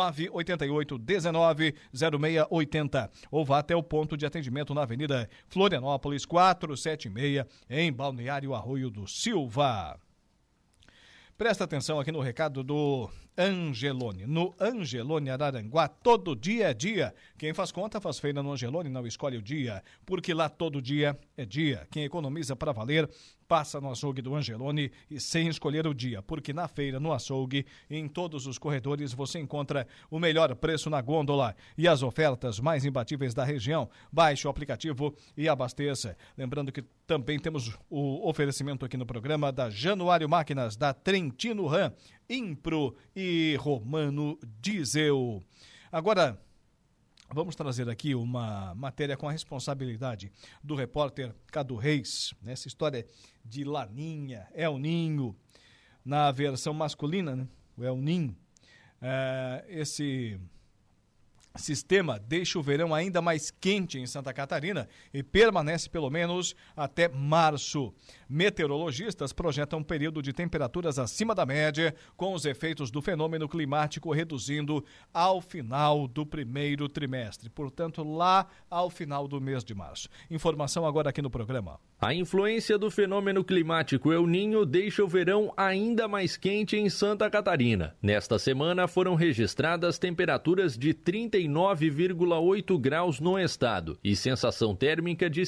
988-19-0680 ou vá até o ponto de atendimento na Avenida Florianópolis 476 em Balneário Arroio do Silva. Presta atenção aqui no recado do Angelone. No Angelone Araranguá, todo dia é dia. Quem faz conta faz feira no Angelone, não escolhe o dia, porque lá todo dia é dia. Quem economiza para valer, passa no açougue do Angelone e sem escolher o dia, porque na feira, no açougue, em todos os corredores você encontra o melhor preço na gôndola e as ofertas mais imbatíveis da região. Baixe o aplicativo e abasteça. Lembrando que Também temos o oferecimento aqui no programa da Januário Máquinas, da Trentino Ram, Impro e Romano Diesel. Agora, vamos trazer aqui uma matéria com a responsabilidade do repórter Cadu Reis, nessa história de Laninha, El Ninho, na versão masculina, né? O El Ninho. Esse sistema deixa o verão ainda mais quente em Santa Catarina e permanece pelo menos até março. Meteorologistas projetam um período de temperaturas acima da média, com os efeitos do fenômeno climático reduzindo ao final do primeiro trimestre, portanto, lá ao final do mês de março. Informação agora aqui no programa. A influência do fenômeno climático El Ninho deixa o verão ainda mais quente em Santa Catarina. Nesta semana foram registradas temperaturas de 39,8 graus no estado e sensação térmica de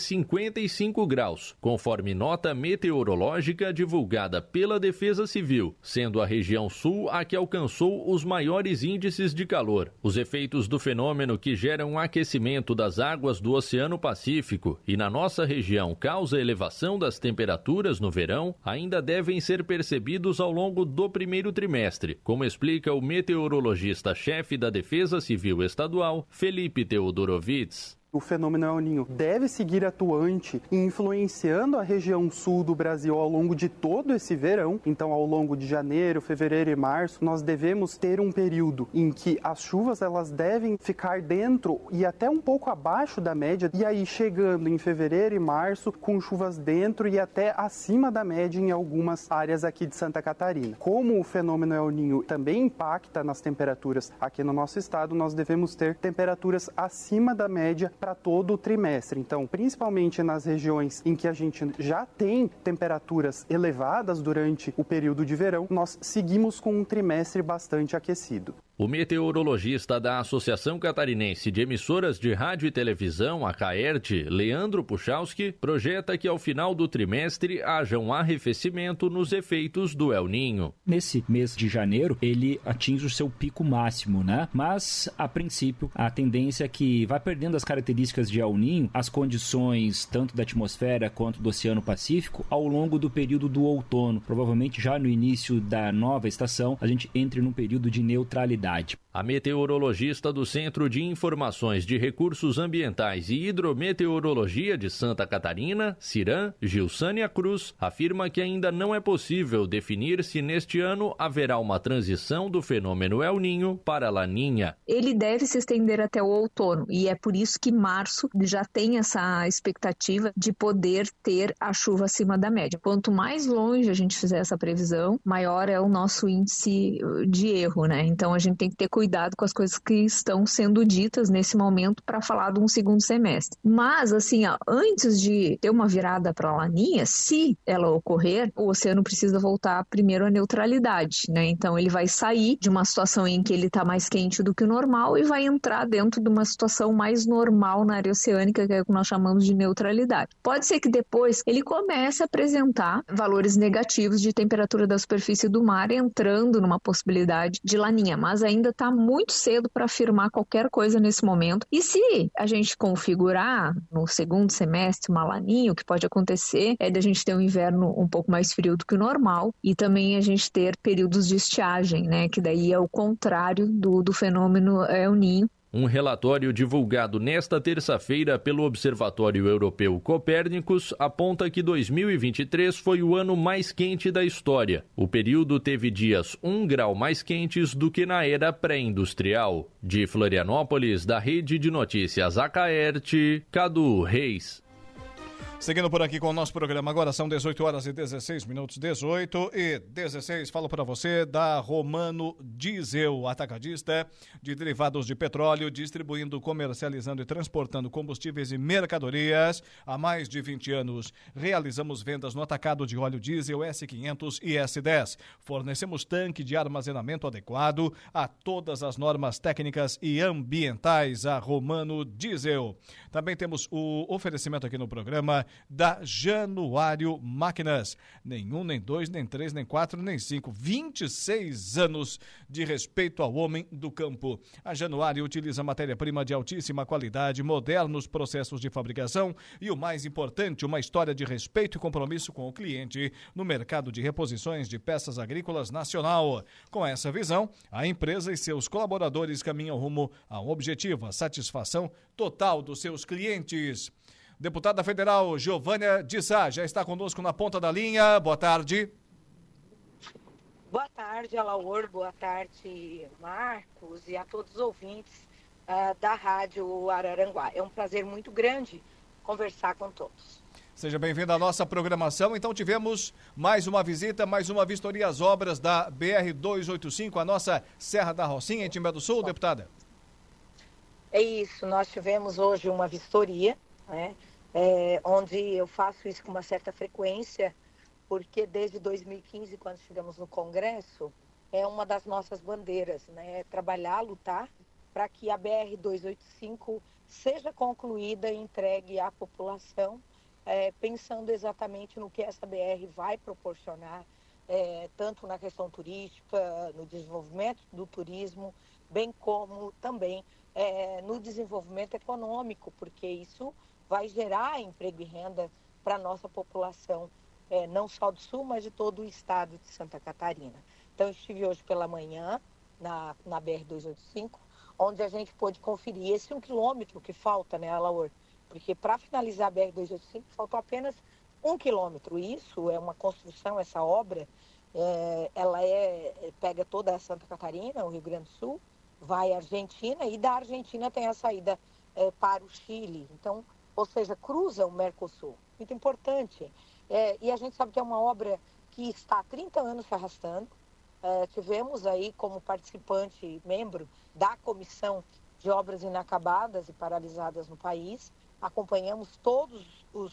55 graus, conforme nota meteorológica divulgada pela Defesa Civil, sendo a região sul a que alcançou os maiores índices de calor. Os efeitos do fenômeno que geram aquecimento das águas do Oceano Pacífico e na nossa região causa elevação das temperaturas no verão ainda devem ser percebidos ao longo do primeiro trimestre, como explica o meteorologista-chefe da Defesa Civil Estadual, Felipe Teodorovitz. O fenômeno El Ninho deve seguir atuante e influenciando a região sul do Brasil ao longo de todo esse verão. Então, ao longo de janeiro, fevereiro e março, nós devemos ter um período em que as chuvas elas devem ficar dentro e até um pouco abaixo da média. E aí, chegando em fevereiro e março, com chuvas dentro e até acima da média em algumas áreas aqui de Santa Catarina. Como o fenômeno El Ninho também impacta nas temperaturas aqui no nosso estado, nós devemos ter temperaturas acima da média para todo o trimestre. Então, principalmente nas regiões em que a gente já tem temperaturas elevadas durante o período de verão, nós seguimos com um trimestre bastante aquecido. O meteorologista da Associação Catarinense de Emissoras de Rádio e Televisão, a CAERT, Leandro Puchalski, projeta que ao final do trimestre haja um arrefecimento nos efeitos do El Ninho. Nesse mês de janeiro, ele atinge o seu pico máximo, né? Mas, a princípio, a tendência é que vai perdendo as características de El Ninho, as condições tanto da atmosfera quanto do Oceano Pacífico, ao longo do período do outono. Provavelmente já no início da nova estação, a gente entre num período de neutralidade. A meteorologista do Centro de Informações de Recursos Ambientais e Hidrometeorologia de Santa Catarina, CIRAM, Gilsânia Cruz, afirma que ainda não é possível definir se neste ano haverá uma transição do fenômeno El Ninho para Laninha. Ele deve se estender até o outono e é por isso que março já tem essa expectativa de poder ter a chuva acima da média. Quanto mais longe a gente fizer essa previsão, maior é o nosso índice de erro, né? Então a gente tem que ter cuidado com as coisas que estão sendo ditas nesse momento para falar de um segundo semestre. Mas, assim, antes de ter uma virada para a Laninha, se ela ocorrer, o oceano precisa voltar primeiro à neutralidade, né? Então, ele vai sair de uma situação em que ele está mais quente do que o normal e vai entrar dentro de uma situação mais normal na área oceânica, que é o que nós chamamos de neutralidade. Pode ser que depois ele comece a apresentar valores negativos de temperatura da superfície do mar, entrando numa possibilidade de Laninha, mas ainda está muito cedo para afirmar qualquer coisa nesse momento. E se a gente configurar no segundo semestre uma Laninha, o que pode acontecer é de a gente ter um inverno um pouco mais frio do que o normal e também a gente ter períodos de estiagem, né? Que daí é o contrário do fenômeno El Ninho. Um relatório divulgado nesta terça-feira pelo Observatório Europeu Copérnicos aponta que 2023 foi o ano mais quente da história. O período teve dias 1 grau mais quentes do que na era pré-industrial. De Florianópolis, da Rede de Notícias Acaerte, Cadu Reis. Seguindo por aqui com o nosso programa, agora são 18 horas e 16 minutos, 18 e 16. Falo para você da Romano Diesel, atacadista de derivados de petróleo, distribuindo, comercializando e transportando combustíveis e mercadorias há mais de 20 anos. Realizamos vendas no atacado de óleo diesel S500 e S10. Fornecemos tanque de armazenamento adequado a todas as normas técnicas e ambientais. A Romano Diesel. Também temos o oferecimento aqui no programa da Januário Máquinas. Nenhum, nem dois, nem três, nem quatro, nem cinco. 26 anos de respeito ao homem do campo. A Januário utiliza matéria-prima de altíssima qualidade, modernos processos de fabricação e, o mais importante, uma história de respeito e compromisso com o cliente no mercado de reposições de peças agrícolas nacional. Com essa visão, a empresa e seus colaboradores caminham rumo a um objetivo, a satisfação total dos seus clientes. Deputada Federal Giovânia de Sá já está conosco na ponta da linha. Boa tarde. Boa tarde, Alaor. Boa tarde, Marcos, e a todos os ouvintes da Rádio Araranguá. É um prazer muito grande conversar com todos. Seja bem-vindo à nossa programação. Então tivemos mais uma visita, mais uma vistoria às obras da BR-285, a nossa Serra da Rocinha, em Timbé do Sul, deputada. É isso, nós tivemos hoje uma vistoria, né, onde eu faço isso com uma certa frequência, porque desde 2015, quando estivemos no Congresso, é uma das nossas bandeiras, né, trabalhar, lutar para que a BR-285 seja concluída e entregue à população, pensando exatamente no que essa BR vai proporcionar, tanto na questão turística, no desenvolvimento do turismo, bem como também no desenvolvimento econômico, porque isso vai gerar emprego e renda para a nossa população, não só do Sul, mas de todo o estado de Santa Catarina. Então, eu estive hoje pela manhã na BR-285, onde a gente pôde conferir esse 1 quilômetro que falta, né, Alaor? Porque para finalizar a BR-285 faltou apenas 1 quilômetro. Isso é uma construção, essa obra, ela pega toda a Santa Catarina, o Rio Grande do Sul, vai à Argentina e da Argentina tem a saída para o Chile. Então, ou seja, cruza o Mercosul. Muito importante. E a gente sabe que é uma obra que está há 30 anos se arrastando. Tivemos aí como participante, membro da Comissão de Obras Inacabadas e Paralisadas no país. Acompanhamos todas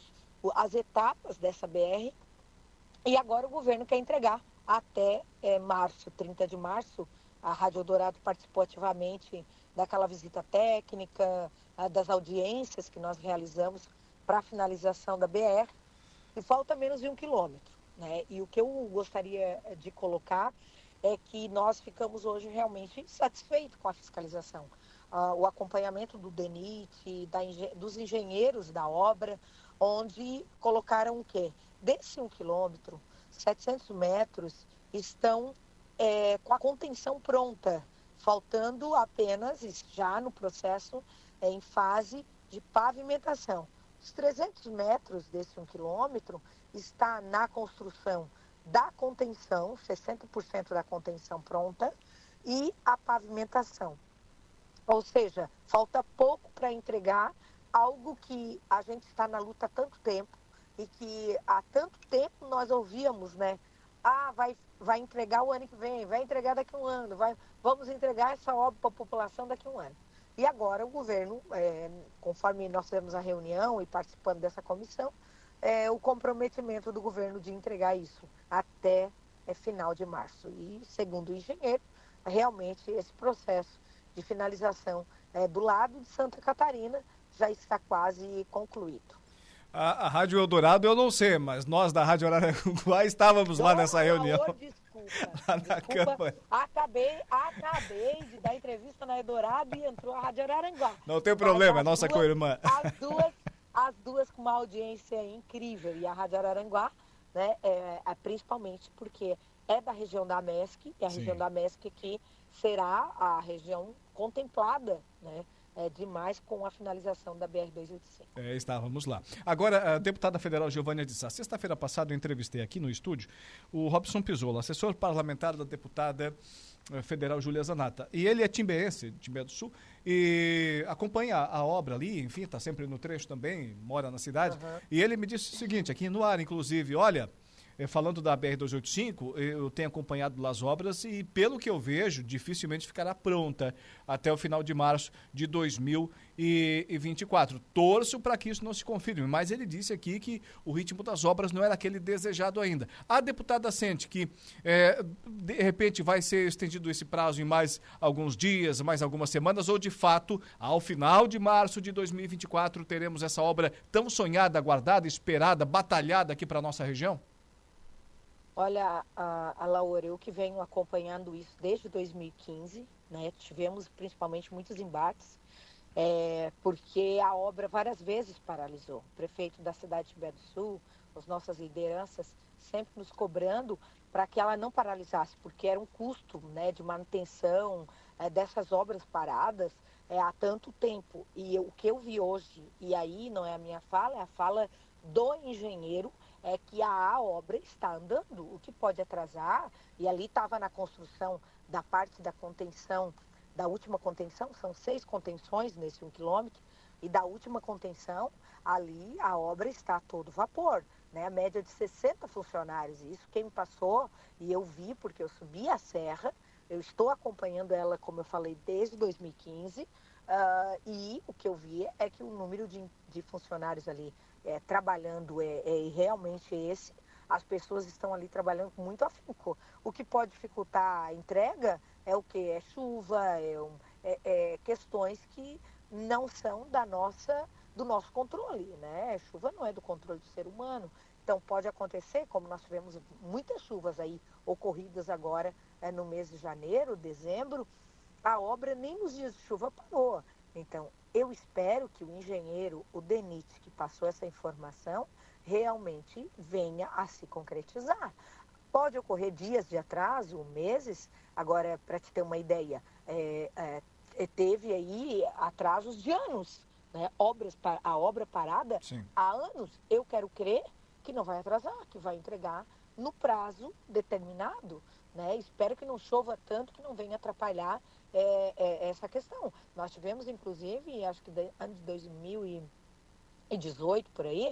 as etapas dessa BR e agora o governo quer entregar até março, 30 de março. A Rádio Eldorado participou ativamente daquela visita técnica, das audiências que nós realizamos para a finalização da BR e falta menos de 1 quilômetro, né? E o que eu gostaria de colocar é que nós ficamos hoje realmente satisfeitos com a fiscalização. O acompanhamento do DENIT, dos engenheiros da obra, onde colocaram o quê? Desse 1 quilômetro, 700 metros estão com a contenção pronta, faltando apenas, já no processo, em fase de pavimentação. Os 300 metros desse 1 quilômetro está na construção da contenção, 60% da contenção pronta, e a pavimentação. Ou seja, falta pouco para entregar algo que a gente está na luta há tanto tempo e que há tanto tempo nós ouvíamos, né? Vai entregar o ano que vem, vai entregar daqui a um ano, vamos entregar essa obra para a população daqui a um ano. E agora o governo, conforme nós tivemos a reunião e participando dessa comissão, o comprometimento do governo de entregar isso até final de março. E, segundo o engenheiro, realmente esse processo de finalização do lado de Santa Catarina já está quase concluído. A Rádio Eldorado eu não sei, mas nós da Rádio Araranguá estávamos lá nessa reunião. Lá na Câmara. Acabei de dar entrevista na Eldorado e entrou a Rádio Araranguá. Não tem problema, é nossa co-irmã. As duas com uma audiência incrível. E a Rádio Araranguá, né, principalmente porque é da região da MESC, e a região da MESC que será a região contemplada, né, demais com a finalização da BR-285. Estávamos lá. Agora, a deputada federal Giovânia de Sá, sexta-feira passada eu entrevistei aqui no estúdio o Robson Pisola, assessor parlamentar da deputada federal Júlia Zanata. E ele é timbeense, de Timbé do Sul, e acompanha a obra ali, enfim, está sempre no trecho também, mora na cidade. Uhum. E ele me disse o seguinte, aqui no ar, inclusive, olha, falando da BR-285, eu tenho acompanhado as obras e, pelo que eu vejo, dificilmente ficará pronta até o final de março de 2024. Torço para que isso não se confirme, mas ele disse aqui que o ritmo das obras não era aquele desejado ainda. A deputada sente que, de repente, vai ser estendido esse prazo em mais alguns dias, mais algumas semanas, ou, de fato, ao final de março de 2024, teremos essa obra tão sonhada, aguardada, esperada, batalhada aqui para a nossa região? Olha, Laura, eu que venho acompanhando isso desde 2015, né? Tivemos principalmente muitos embates, porque a obra várias vezes paralisou. O prefeito da cidade de Timbé do Sul, as nossas lideranças, sempre nos cobrando para que ela não paralisasse, porque era um custo, né, de manutenção dessas obras paradas há tanto tempo. E o que eu vi hoje, e aí não é a minha fala, é a fala do engenheiro, é que a obra está andando, o que pode atrasar, e ali estava na construção da parte da contenção, da última contenção, são 6 contenções nesse 1 quilômetro, e da última contenção, ali a obra está a todo vapor, né? A média de 60 funcionários, isso quem me passou, e eu vi porque eu subi a serra, eu estou acompanhando ela, como eu falei, desde 2015, e o que eu vi é que o número de funcionários ali trabalhando é realmente esse. As pessoas estão ali trabalhando com muito afinco. O que pode dificultar a entrega é o quê? É chuva, questões que não são do nosso controle, né? Chuva não é do controle do ser humano. Então pode acontecer, como nós tivemos muitas chuvas aí ocorridas agora no mês de janeiro, dezembro, a obra nem nos dias de chuva parou. Então, eu espero que o engenheiro, o DENIT, que passou essa informação, realmente venha a se concretizar. Pode ocorrer dias de atraso, meses. Agora, para te ter uma ideia, teve aí atrasos de anos, né? A obra parada há anos. Eu quero crer que não vai atrasar, que vai entregar no prazo determinado, né? Espero que não chova tanto que não venha atrapalhar essa questão. Nós tivemos, inclusive, acho que ano de 2018, por aí,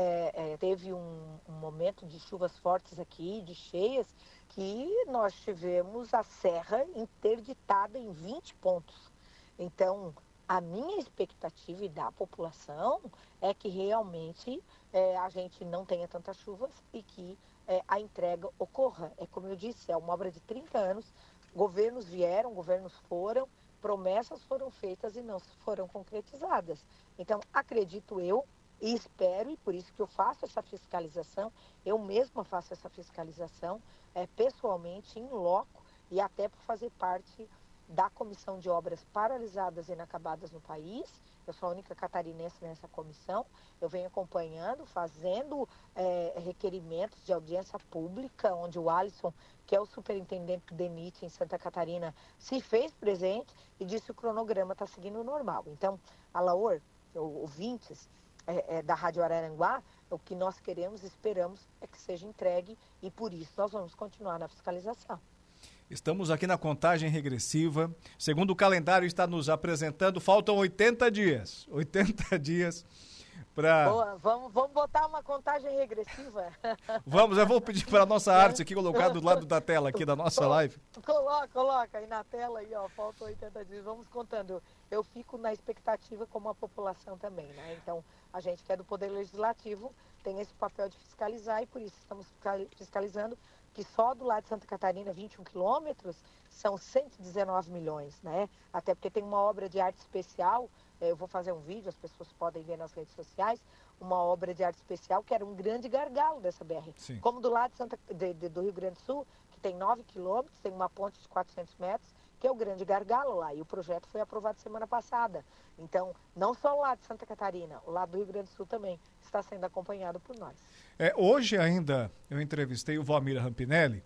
teve um momento de chuvas fortes aqui, de cheias, que nós tivemos a serra interditada em 20 pontos. Então, a minha expectativa e da população é que realmente a gente não tenha tantas chuvas e que a entrega ocorra. É como eu disse, é uma obra de 30 anos, governos vieram, governos foram, promessas foram feitas e não foram concretizadas. Então, acredito eu e espero, e por isso que eu faço essa fiscalização, eu mesma faço essa fiscalização pessoalmente, em loco, e até por fazer parte da comissão de obras paralisadas e inacabadas no país. Eu sou a única catarinense nessa comissão. Eu venho acompanhando, fazendo requerimentos de audiência pública, onde o Alisson, que é o superintendente do DENIT em Santa Catarina, se fez presente e disse que o cronograma está seguindo o normal. Então, a Laor, ouvintes da Rádio Araranguá, o que nós queremos, esperamos, é que seja entregue e por isso nós vamos continuar na fiscalização. Estamos aqui na contagem regressiva. Segundo o calendário está nos apresentando, faltam 80 dias. 80 dias para... Boa, vamos botar uma contagem regressiva. Vamos, eu vou pedir para a nossa arte aqui colocar do lado da tela aqui da nossa live. Coloca aí na tela, aí, ó, faltam 80 dias. Vamos contando. Eu fico na expectativa como a população também, né? Então, a gente que é do Poder Legislativo tem esse papel de fiscalizar e por isso estamos fiscalizando que só do lado de Santa Catarina, 21 quilômetros, são 119 milhões, né? Até porque tem uma obra de arte especial, eu vou fazer um vídeo, as pessoas podem ver nas redes sociais, uma obra de arte especial que era um grande gargalo dessa BR. Sim. Como do lado do Rio Grande do Sul, que tem 9 quilômetros, tem uma ponte de 400 metros, que é o grande gargalo lá, e o projeto foi aprovado semana passada. Então, não só o lado de Santa Catarina, o lado do Rio Grande do Sul também está sendo acompanhado por nós. Hoje ainda eu entrevistei o Valmir Rampinelli,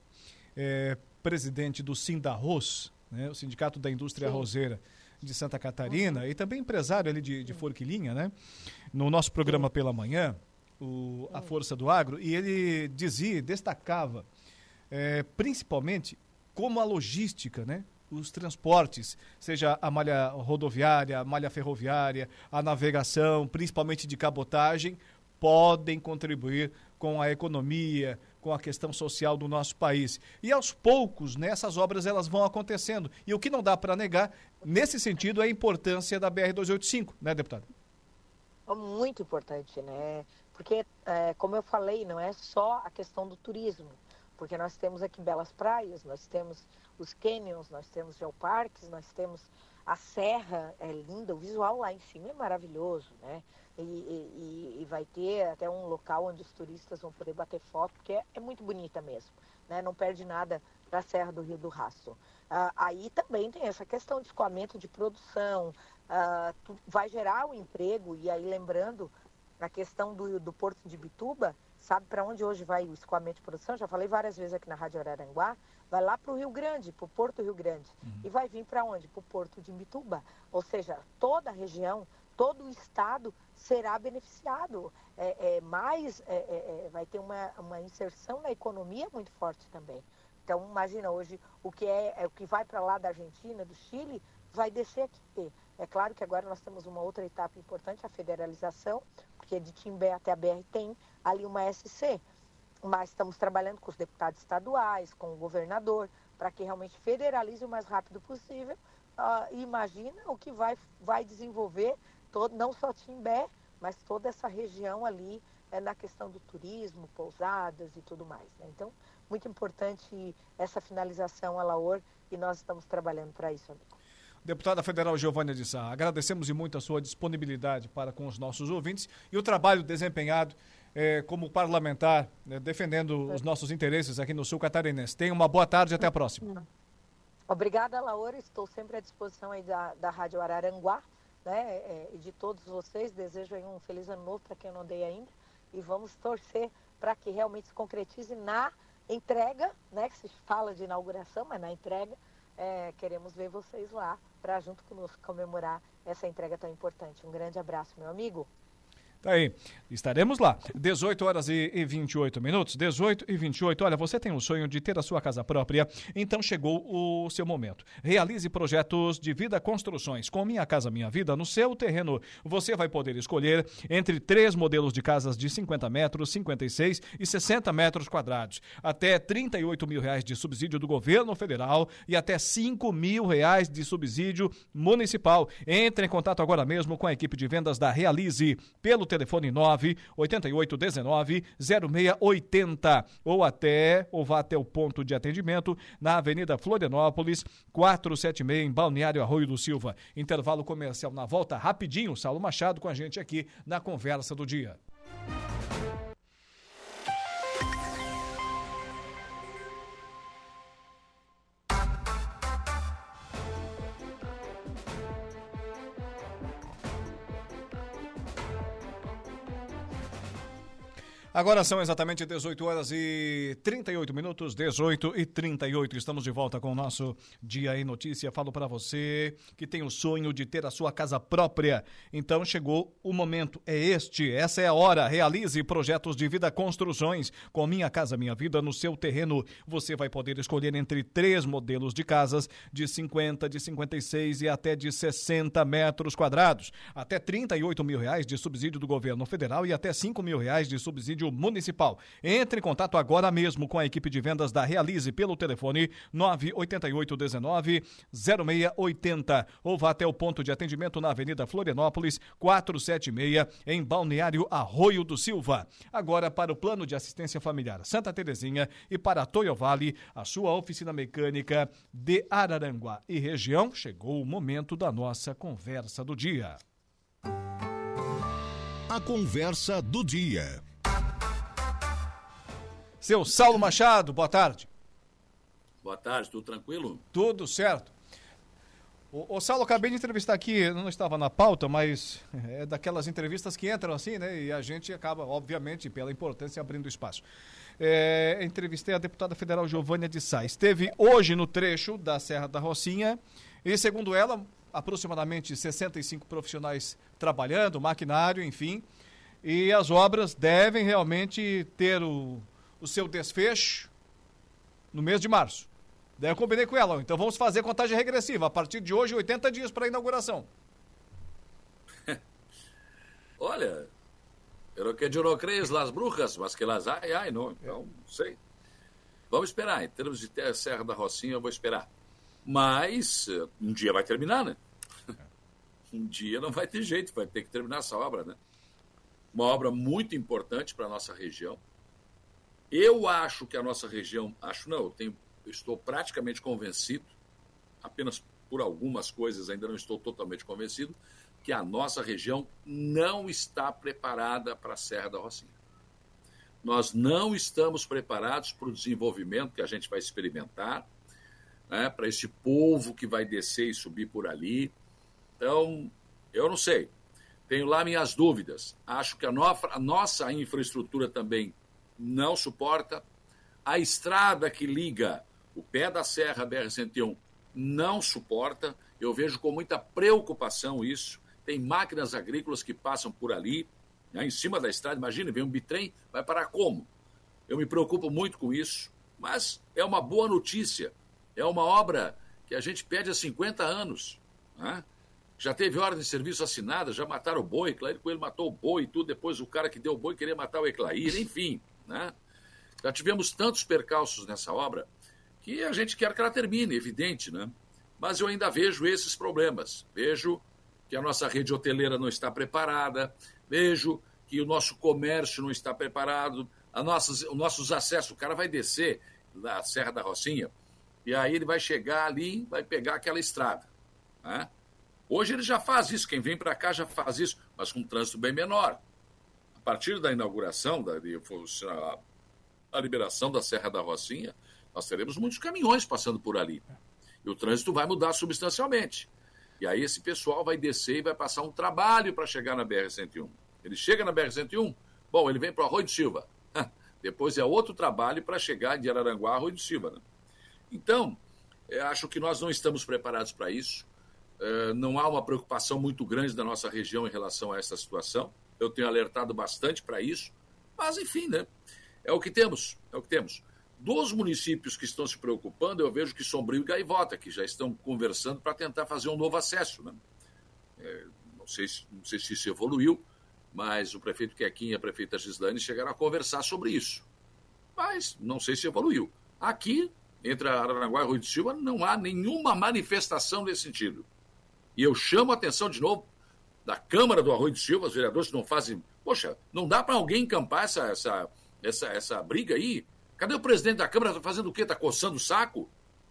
presidente do Sindarroz, né, o Sindicato da Indústria Arrozeira de Santa Catarina, e também empresário ali de Forquilinha, né, no nosso programa Pela Manhã, a Força do Agro, e ele destacava principalmente como a logística, né, os transportes, seja a malha rodoviária, a malha ferroviária, a navegação, principalmente de cabotagem, podem contribuir com a economia, com a questão social do nosso país. E aos poucos, né, essas obras elas vão acontecendo. E o que não dá para negar, nesse sentido, é a importância da BR-285, né, deputada? É muito importante, né? Porque, como eu falei, não é só a questão do turismo, porque nós temos aqui belas praias, nós temos os canyons, nós temos geoparques, nós temos a serra, é linda, o visual lá em cima é maravilhoso, né? E vai ter até um local onde os turistas vão poder bater foto, porque é muito bonita mesmo, né? Não perde nada da Serra do Rio do Rastro. Aí também tem essa questão de escoamento de produção, vai gerar um emprego, e aí lembrando a questão do Porto de Bituba, sabe para onde hoje vai o escoamento de produção? Já falei várias vezes aqui na Rádio Araranguá, vai lá para o Rio Grande, para o Porto Rio Grande, e vai vir para onde? Para o Porto de Bituba, ou seja, toda a região, todo o estado será beneficiado, vai ter uma inserção na economia muito forte também. Então, imagina hoje o que vai para lá da Argentina, do Chile, vai descer aqui. É claro que agora nós temos uma outra etapa importante, a federalização, porque de Timbé até a BR tem ali uma SC, mas estamos trabalhando com os deputados estaduais, com o governador, para que realmente federalize o mais rápido possível. Imagina o que vai desenvolver não só Timbé, mas toda essa região ali na questão do turismo, pousadas e tudo mais, né? Então, muito importante essa finalização a Laor, e nós estamos trabalhando para isso, amigo. Deputada Federal Giovânia de Sá, agradecemos muito a sua disponibilidade para com os nossos ouvintes e o trabalho desempenhado como parlamentar, defendendo os nossos interesses aqui no Sul Catarinense. Tenha uma boa tarde e até a próxima. Obrigada, Laura. Estou sempre à disposição aí da Rádio Araranguá, né, e de todos vocês. Desejo aí um feliz ano novo para quem eu não dei ainda, e vamos torcer para que realmente se concretize na entrega, né, que se fala de inauguração, mas na entrega queremos ver vocês lá para junto conosco comemorar essa entrega tão importante. Um grande abraço, meu amigo. Tá aí, estaremos lá. 18 horas e 28 minutos, 18 e 28. Olha, você tem o sonho de ter a sua casa própria? Então chegou o seu momento. Realize projetos de vida construções com Minha Casa Minha Vida no seu terreno. Você vai poder escolher entre 3 modelos de casas de 50 metros, 56 e 60 metros quadrados. Até R$38 mil de subsídio do governo federal e até R$5 mil de subsídio municipal. Entre em contato agora mesmo com a equipe de vendas da Realize pelo telefone 98819-0680 ou vá até o ponto de atendimento na Avenida Florianópolis, 476, em Balneário Arroio do Silva. Intervalo comercial na volta, rapidinho, Saulo Machado com a gente aqui na Conversa do Dia. Agora são exatamente 18 horas e 38 minutos, 18 e 38. Estamos de volta com o nosso Dia em Notícia. Falo para você que tem o sonho de ter a sua casa própria. Então chegou o momento, essa é a hora. Realize projetos de vida construções com Minha Casa Minha Vida no seu terreno. Você vai poder escolher entre 3 modelos de casas de 50, de 56 e até de 60 metros quadrados. Até R$38 mil de subsídio do governo federal e até R$5 mil de subsídio municipal. Entre em contato agora mesmo com a equipe de vendas da Realize pelo telefone 98819-0680 ou vá até o ponto de atendimento na Avenida Florianópolis, 476, em Balneário Arroio do Silva. Agora para o Plano de Assistência Familiar Santa Terezinha e para a Toyo Vale, a sua oficina mecânica de Araranguá e região, chegou o momento da nossa Conversa do Dia. A Conversa do Dia. Seu Saulo Machado, boa tarde. Boa tarde, tudo tranquilo? Tudo certo. Ô Saulo, acabei de entrevistar aqui, não estava na pauta, mas é daquelas entrevistas que entram assim, né? E a gente acaba, obviamente, pela importância, abrindo espaço. Entrevistei a deputada federal Giovânia de Sá. Esteve hoje no trecho da Serra da Rocinha e, segundo ela, aproximadamente 65 profissionais trabalhando, maquinário, enfim. E as obras devem realmente ter o seu desfecho no mês de março. Daí eu combinei com ela, então vamos fazer contagem regressiva. A partir de hoje, 80 dias para a inauguração. Olha, Pero que eu não creio las brujas, mas que las ai, não. Então, não sei. Vamos esperar. Em termos de Serra da Rocinha, eu vou esperar. Mas um dia vai terminar, né? Um dia não vai ter jeito, vai ter que terminar essa obra, né? Uma obra muito importante para a nossa região. Eu acho que a nossa região... estou praticamente convencido, apenas por algumas coisas ainda não estou totalmente convencido, que a nossa região não está preparada para a Serra da Rocinha. Nós não estamos preparados para o desenvolvimento que a gente vai experimentar, né, para esse povo que vai descer e subir por ali. Então, eu não sei. Tenho lá minhas dúvidas. Acho que a nossa infraestrutura também não suporta. A estrada que liga o pé da serra, BR-101, não suporta. Eu vejo com muita preocupação isso. Tem máquinas agrícolas que passam por ali, né, em cima da estrada. Imagina, vem um bitrem, vai parar como? Eu me preocupo muito com isso. Mas é uma boa notícia. É uma obra que a gente pede há 50 anos, né? Já teve ordem de serviço assinada, já mataram o boi, Clair Coelho matou o boi e tudo, depois o cara que deu o boi queria matar o Eclair, enfim, né? Já tivemos tantos percalços nessa obra que a gente quer que ela termine, evidente, né? Mas eu ainda vejo esses problemas. Vejo que a nossa rede hoteleira não está preparada, vejo que o nosso comércio não está preparado, os nossos acessos, o cara vai descer da Serra da Rocinha e aí ele vai chegar ali, vai pegar aquela estrada, né? Hoje ele já faz isso, quem vem para cá já faz isso, mas com um trânsito bem menor. A partir da inauguração, a liberação da Serra da Rocinha, nós teremos muitos caminhões passando por ali. E o trânsito vai mudar substancialmente. E aí esse pessoal vai descer e vai passar um trabalho para chegar na BR-101. Ele chega na BR-101, bom, ele vem para o Arroio do Silva. Depois é outro trabalho para chegar de Araranguá a Arroio do Silva, né? Então, eu acho que nós não estamos preparados para isso. Não há uma preocupação muito grande da nossa região em relação a essa situação. Eu tenho alertado bastante para isso, mas enfim, né? É o que temos. Dos municípios que estão se preocupando, eu vejo que Sombrio e Gaivota, que já estão conversando para tentar fazer um novo acesso, né? Não sei se isso evoluiu, mas o prefeito Quequinha e a prefeita Gislaine chegaram a conversar sobre isso. Mas não sei se evoluiu. Aqui, entre Araranguá e Arroio do Silva, não há nenhuma manifestação nesse sentido. E eu chamo a atenção de novo da Câmara do Arroio do Silva, os vereadores que não fazem... Poxa, não dá para alguém encampar essa briga aí? Cadê o presidente da Câmara? Está fazendo o quê? Está coçando o saco?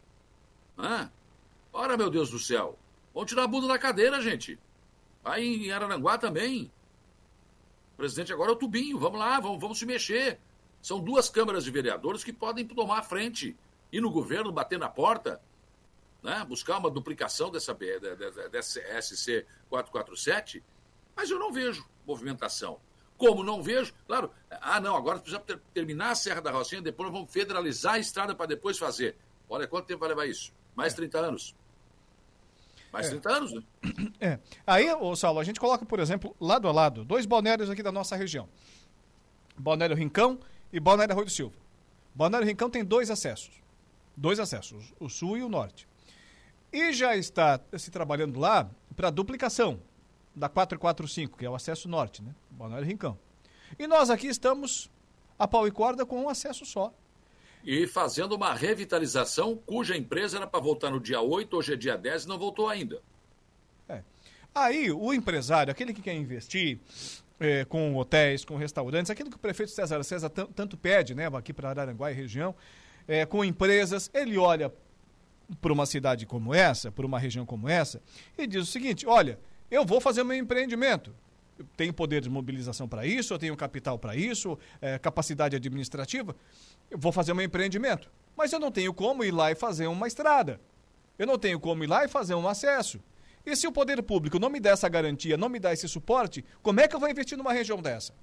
Ora, meu Deus do céu. Vamos tirar a bunda da cadeira, gente. Aí em Araranguá também. O presidente agora é o Tubinho. Vamos lá, vamos se mexer. São 2 câmaras de vereadores que podem tomar a frente. Ir no governo, bater na porta, né? Buscar uma duplicação dessa SC 447. Mas eu não vejo movimentação. Como não vejo, claro, não, agora precisa terminar a Serra da Rocinha, depois nós vamos federalizar a estrada para depois fazer. Olha quanto tempo vai levar isso. Mais 30 anos. Mais 30 anos, né? Aí, Saulo, a gente coloca, por exemplo, lado a lado, 2 balneários aqui da nossa região. Balneário Rincão e Balneário Arroio do Silva. Balneário Rincão tem 2 acessos. 2 acessos, o sul e o norte. E já está se trabalhando lá para a duplicação da 445, que é o acesso norte, né? Balneário Rincão. E nós aqui estamos a pau e corda com um acesso só. E fazendo uma revitalização cuja empresa era para voltar no dia 8, hoje é dia 10 e não voltou ainda. Aí o empresário, aquele que quer investir com hotéis, com restaurantes, aquilo que o prefeito César tanto pede, né, aqui para Araranguá e região, com empresas, ele olha para uma cidade como essa, para uma região como essa, e diz o seguinte: olha, eu vou fazer o meu empreendimento. Eu tenho poder de mobilização para isso, eu tenho capital para isso, capacidade administrativa, eu vou fazer o meu empreendimento. Mas eu não tenho como ir lá e fazer uma estrada. Eu não tenho como ir lá e fazer um acesso. E se o poder público não me der essa garantia, não me dá esse suporte, como é que eu vou investir numa região dessa?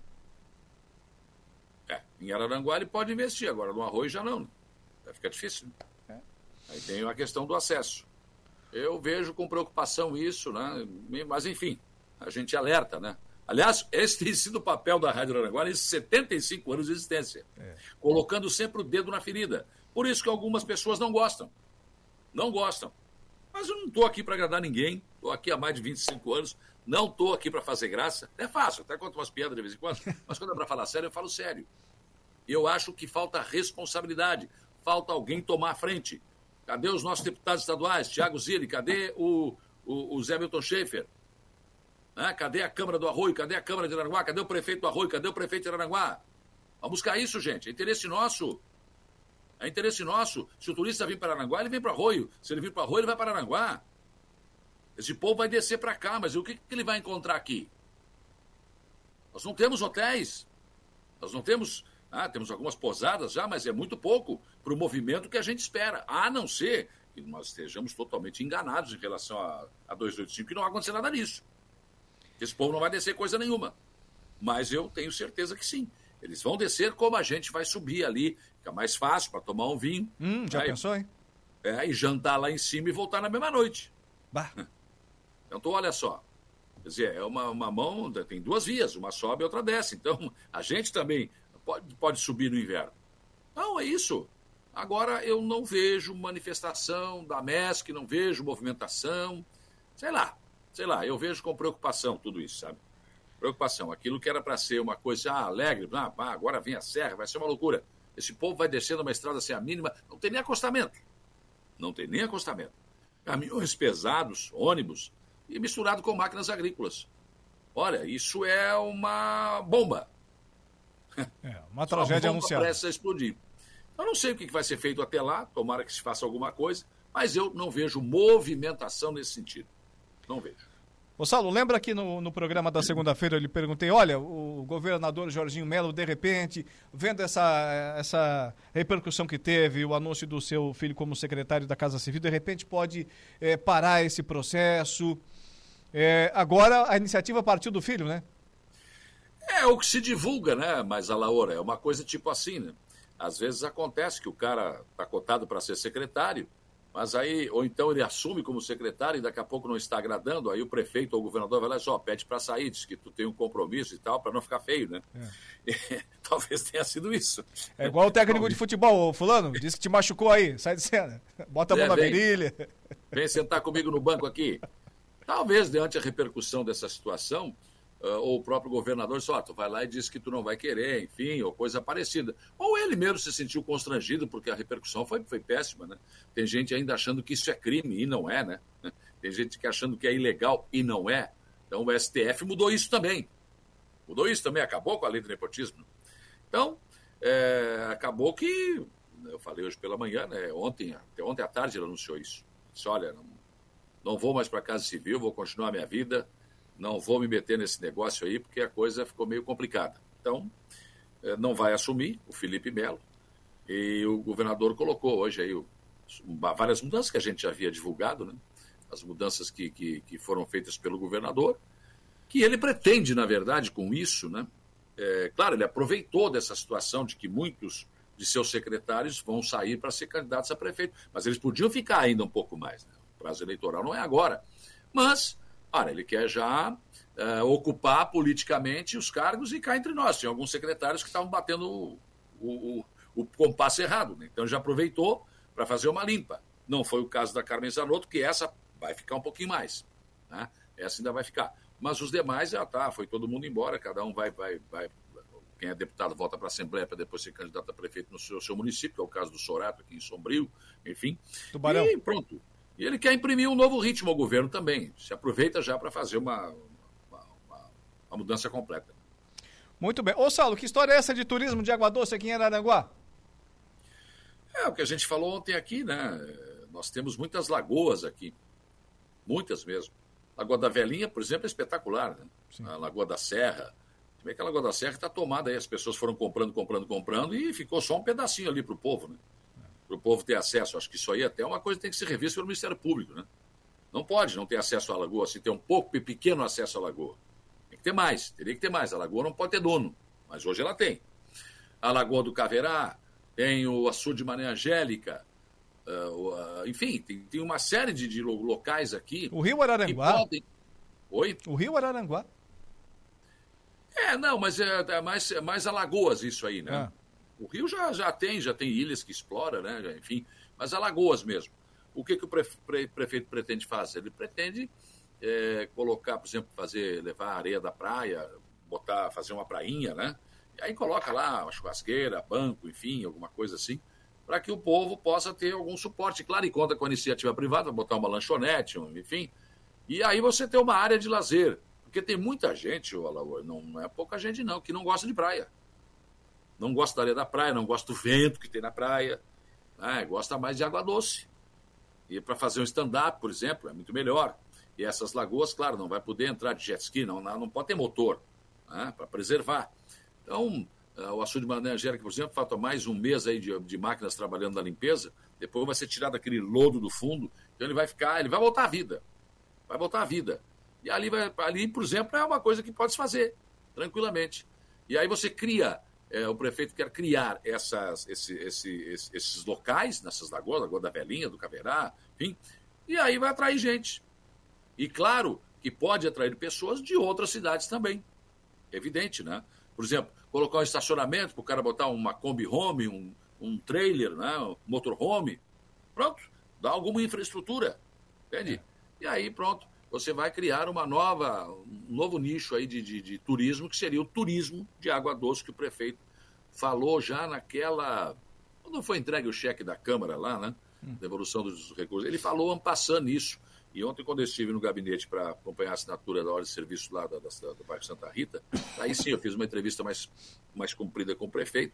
Em Araranguá ele pode investir, agora no Arroio já não. Vai ficar difícil. Aí tem a questão do acesso. Eu vejo com preocupação isso, né? Mas enfim, a gente alerta, né? Aliás, esse tem sido o papel da Rádio Araranguá nesses 75 anos de existência. Colocando sempre o dedo na ferida. Por isso que algumas pessoas não gostam. Não gostam. Mas eu não estou aqui para agradar ninguém. Estou aqui há mais de 25 anos. Não estou aqui para fazer graça. É fácil, até conto umas piadas de vez em quando, mas quando é para falar sério, eu falo sério. Eu acho que falta responsabilidade, falta alguém tomar a frente. Cadê os nossos deputados estaduais? Thiago Zilli, cadê o Zé Milton Schaefer? Cadê a Câmara do Arroio? Cadê a Câmara de Araranguá? Cadê o prefeito do Arroio? Cadê o prefeito de Araranguá? Vamos buscar isso, gente. É interesse nosso. É interesse nosso. Se o turista vir para Araranguá, ele vem para Arroio. Se ele vir para Arroio, ele vai para Araranguá. Esse povo vai descer para cá, mas o que ele vai encontrar aqui? Nós não temos hotéis. Nós não temos... temos algumas pousadas já, mas é muito pouco para o movimento que a gente espera. A não ser que nós estejamos totalmente enganados em relação a 285, que não vai acontecer nada disso. Esse povo não vai descer coisa nenhuma. Mas eu tenho certeza que sim. Eles vão descer como a gente vai subir ali. Fica mais fácil para tomar um vinho. Já pensou, hein? E jantar lá em cima e voltar na mesma noite. Bah. Então, olha só. Quer dizer, é uma mão, tem duas vias. Uma sobe e outra desce. Então, a gente também pode subir no inverno. Não, é isso. Agora, eu não vejo manifestação da MESC, não vejo movimentação. Sei lá, eu vejo com preocupação tudo isso, sabe? Preocupação. Aquilo que era para ser uma coisa alegre, agora vem a serra, vai ser uma loucura. Esse povo vai descendo uma estrada sem a mínima, não tem nem acostamento. Não tem nem acostamento. Caminhões pesados, ônibus, e misturado com máquinas agrícolas. Olha, isso é uma bomba. Uma tragédia anunciada. Prestes a explodir. Eu não sei o que vai ser feito até lá, tomara que se faça alguma coisa, mas eu não vejo movimentação nesse sentido. Não vejo. Ô Saulo, lembra que no programa da segunda-feira eu lhe perguntei, olha, o governador Jorginho Melo, de repente, vendo essa repercussão que teve, o anúncio do seu filho como secretário da Casa Civil, de repente pode parar esse processo. Agora a iniciativa partiu do filho, né? É o que se divulga, né, mas Alaora, é uma coisa tipo assim, né? Às vezes acontece que o cara está cotado para ser secretário, mas aí, ou então ele assume como secretário e daqui a pouco não está agradando, aí o prefeito ou o governador vai lá e só pede para sair, diz que tu tem um compromisso e tal, para não ficar feio, né? Talvez tenha sido isso. É igual o técnico de futebol, fulano, disse que te machucou aí, sai de cena, bota a mão na virilha. Vem sentar comigo no banco aqui. Talvez, diante a repercussão dessa situação, ou o próprio governador só, tu vai lá e diz que tu não vai querer, enfim, ou coisa parecida. Ou ele mesmo se sentiu constrangido, porque a repercussão foi péssima, né? Tem gente ainda achando que isso é crime, e não é, né? Tem gente que achando que é ilegal, e não é. Então o STF mudou isso também. Acabou com a lei do nepotismo. Então, acabou que, eu falei hoje pela manhã, né? Até ontem à tarde ele anunciou isso. Disse, olha, não vou mais para a Casa Civil, vou continuar a minha vida, não vou me meter nesse negócio aí, porque a coisa ficou meio complicada. Então, não vai assumir o Felipe Melo. E o governador colocou hoje aí várias mudanças que a gente já havia divulgado, né? As mudanças que foram feitas pelo governador, que ele pretende, na verdade, com isso, né? Claro, ele aproveitou dessa situação de que muitos de seus secretários vão sair para ser candidatos a prefeito, mas eles podiam ficar ainda um pouco mais, né? O prazo eleitoral não é agora. Mas... ele quer já ocupar politicamente os cargos e cá entre nós. Tem alguns secretários que estavam batendo o compasso errado, né? Então já aproveitou para fazer uma limpa. Não foi o caso da Carmen Zanotto, que essa vai ficar um pouquinho mais, né? Essa ainda vai ficar. Mas os demais foi todo mundo embora, cada um vai. Quem é deputado volta para a Assembleia para depois ser candidato a prefeito no seu município, que é o caso do Sorato aqui em Sombrio, enfim. Tubarão. E pronto. E ele quer imprimir um novo ritmo ao governo também. Se aproveita já para fazer uma mudança completa. Muito bem. Ô, Saulo, que história é essa de turismo de água doce aqui em Araranguá? O que a gente falou ontem aqui, né? Nós temos muitas lagoas aqui. Muitas mesmo. Lagoa da Velhinha, por exemplo, é espetacular, né? A Lagoa da Serra. Também que a Lagoa da Serra está tomada aí. As pessoas foram comprando e ficou só um pedacinho ali para o povo, né? Para o povo ter acesso. Acho que isso aí até é uma coisa que tem que ser revista pelo Ministério Público, né? Não pode não ter acesso à lagoa, se tem um pequeno acesso à lagoa. Tem que ter mais, teria que ter mais. A lagoa não pode ter dono, mas hoje ela tem. A Lagoa do Caverá, tem o açude de Maria Angélica, enfim, tem uma série de locais aqui. O Rio Araranguá? Oi? O Rio Araranguá? Não, mas é mais Alagoas isso aí, né? O Rio já tem ilhas que explora, né? Enfim, mas Alagoas mesmo. O que o prefeito pretende fazer? Ele pretende colocar, por exemplo, levar areia da praia, fazer uma prainha, né? E aí coloca lá uma churrasqueira, banco, enfim, alguma coisa assim, para que o povo possa ter algum suporte. Claro, e conta com a iniciativa privada, botar uma lanchonete, enfim. E aí você tem uma área de lazer. Porque tem muita gente, não é pouca gente não, que não gosta de praia. Não gosta da areia da praia, não gosta do vento que tem na praia, né? Gosta mais de água doce. E para fazer um stand-up, por exemplo, é muito melhor. E essas lagoas, claro, não vai poder entrar de jet ski, não pode ter motor, né? Para preservar. Então, o açude de Mané Angélica, por exemplo, falta mais um mês aí de máquinas trabalhando na limpeza, depois vai ser tirado aquele lodo do fundo, então ele vai voltar à vida. Vai voltar à vida. E ali, por exemplo, é uma coisa que pode se fazer, tranquilamente. E aí você cria, o prefeito quer criar esses locais, nessas lagoas, Lagoa da Velhinha, do Caverá, enfim, e aí vai atrair gente. E claro que pode atrair pessoas de outras cidades também. Evidente, né? Por exemplo, colocar um estacionamento para o cara botar uma Kombi Home, um trailer, né? Um motorhome. Pronto, dá alguma infraestrutura, entende? E aí, pronto, você vai criar um novo nicho aí de turismo, que seria o turismo de água doce, que o prefeito falou já quando foi entregue o cheque da Câmara lá, né? Devolução dos recursos. Ele falou passando isso. E ontem, quando eu estive no gabinete para acompanhar a assinatura da hora de serviço lá do Parque Santa Rita, aí sim eu fiz uma entrevista mais comprida com o prefeito,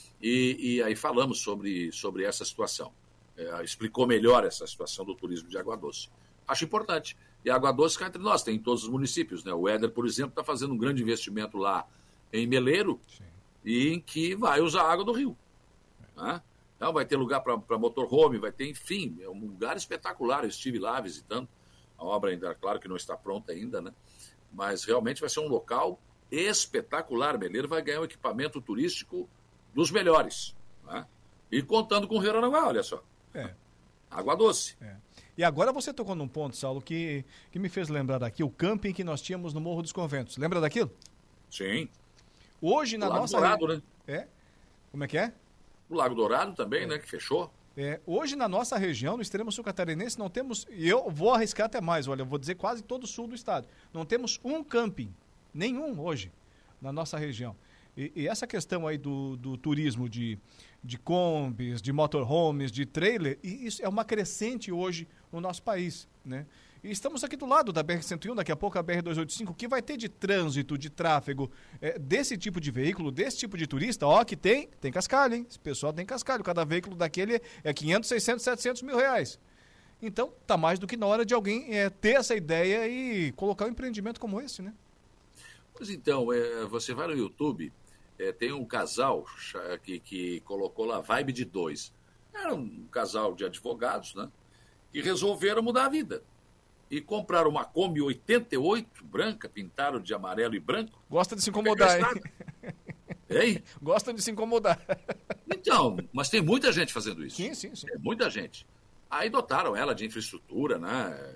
e aí falamos sobre essa situação. Explicou melhor essa situação do turismo de água doce. Acho importante. E a água doce cá entre nós, tem em todos os municípios, né? O Éder, por exemplo, está fazendo um grande investimento lá em Meleiro, e em que vai usar a água do rio. Né? Então vai ter lugar para motorhome, vai ter, enfim, é um lugar espetacular. Eu estive lá visitando. A obra ainda, claro que não está pronta ainda, né? Mas realmente vai ser um local espetacular. Meleiro vai ganhar um equipamento turístico dos melhores. Né? E contando com o Rio Aranaguá, olha só. Água doce. E agora você tocou num ponto, Saulo, que me fez lembrar aqui, o camping que nós tínhamos no Morro dos Conventos. Lembra daquilo? Sim. Hoje na nossa... Dourado, né? Como é que é? O Lago Dourado também, né? Que fechou. Hoje na nossa região, no extremo sul catarinense, não temos, e eu vou arriscar até mais, olha, eu vou dizer quase todo o sul do estado. Não temos um camping, nenhum hoje, na nossa região. E essa questão aí do turismo de combis, de motorhomes, de trailer, isso é uma crescente hoje no nosso país, né? E estamos aqui do lado da BR-101, daqui a pouco a BR-285, que vai ter de trânsito, de tráfego desse tipo de veículo, desse tipo de turista, que tem cascalho, hein? Esse pessoal tem cascalho, cada veículo daquele é 500, 600, 700 mil reais. Então, tá mais do que na hora de alguém ter essa ideia e colocar um empreendimento como esse, né? Pois então, você vai no YouTube, tem um casal que colocou lá Vibe de 2. Era um casal de advogados, né? Que resolveram mudar a vida. E compraram uma Kombi 88 branca, pintaram de amarelo e branco. Gosta de se incomodar, hein? Hein? Gosta de se incomodar. Então, mas tem muita gente fazendo isso. Sim. Tem muita gente. Aí dotaram ela de infraestrutura, né?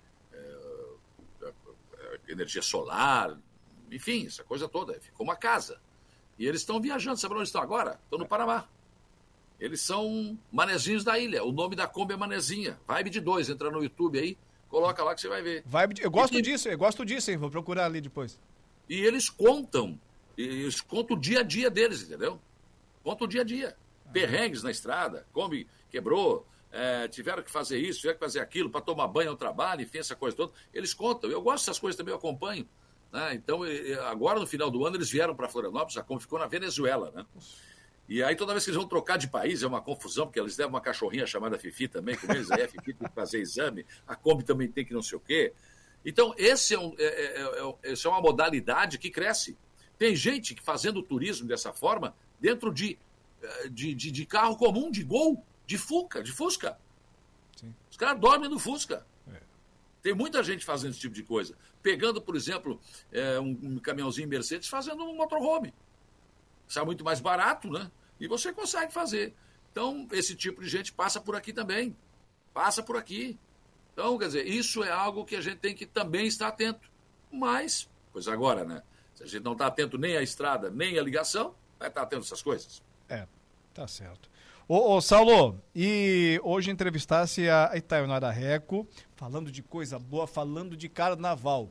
Energia solar, enfim, essa coisa toda. Ficou uma casa. E eles estão viajando, sabe onde estão agora? Estão no Panamá. Eles são manezinhos da ilha. O nome da Kombi é Manezinha. Vibe de 2, entra no YouTube aí. Coloca lá que você vai ver. Eu gosto disso, hein? Vou procurar ali depois. E eles contam o dia a dia deles, entendeu? Contam o dia a dia. Perrengues na estrada, Kombi quebrou, tiveram que fazer isso, tiveram que fazer aquilo, para tomar banho ao trabalho, enfim, essa coisa toda. Eles contam. Eu gosto dessas coisas também, eu acompanho. Né? Então, agora no final do ano, eles vieram para Florianópolis, a Kombi ficou na Venezuela, né? E aí, toda vez que eles vão trocar de país, é uma confusão, porque eles levam uma cachorrinha chamada Fifi também com eles, aí a Fifi tem que fazer exame, a Kombi também tem que não sei o quê. Então, essa é uma modalidade que cresce. Tem gente fazendo turismo dessa forma dentro de carro comum, de Gol, de Fusca. Sim. Os caras dormem no Fusca. Tem muita gente fazendo esse tipo de coisa. Pegando, por exemplo, um caminhãozinho Mercedes, fazendo um motorhome. Sai muito mais barato, né? E você consegue fazer. Então, esse tipo de gente passa por aqui também. Passa por aqui. Então, quer dizer, isso é algo que a gente tem que também estar atento. Mas, pois agora, né? Se a gente não está atento nem à estrada, nem à ligação, vai estar atento a essas coisas. Tá certo. Ô Saulo, e hoje entrevistasse a Itaionara Reco, falando de coisa boa, falando de carnaval.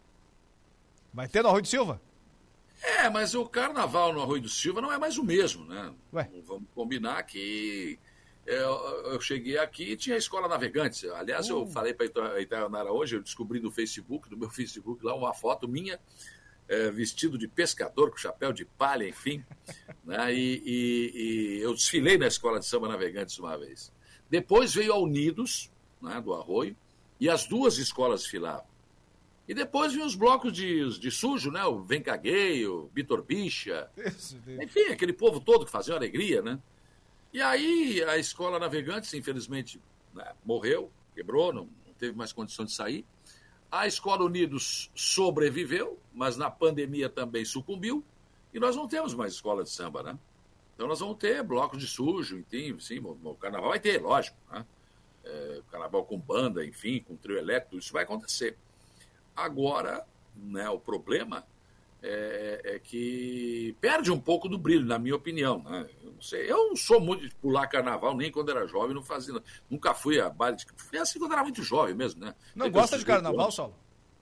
Vai ter no Arroio do Silva? Mas o carnaval no Arroio do Silva não é mais o mesmo, né? Ué? Vamos combinar que eu cheguei aqui e tinha a Escola Navegantes. Aliás, eu falei para a Itaionara hoje, eu descobri no meu Facebook, lá uma foto minha, vestido de pescador, com chapéu de palha, enfim. Né? E eu desfilei na Escola de Samba Navegantes uma vez. Depois veio a Unidos, né, do Arroio, e as duas escolas desfilavam. E depois vinham os blocos de sujo, né? O Vem Caguei, o Vitor Bicha. Enfim, aquele povo todo que fazia uma alegria, né? E aí a Escola Navegantes, infelizmente, né, morreu, quebrou, não teve mais condição de sair. A Escola Unidos sobreviveu, mas na pandemia também sucumbiu. E nós não temos mais escola de samba, né? Então nós vamos ter blocos de sujo, enfim, sim, o carnaval vai ter, lógico, né? Carnaval com banda, enfim, com trio elétrico, isso vai acontecer. Agora, né, o problema é que perde um pouco do brilho, na minha opinião. Né? Eu não sou muito de pular carnaval, nem quando era jovem, não fazia. Nunca fui a baile de. Fui assim quando era muito jovem mesmo, né? Não gosta de carnaval, Saulo?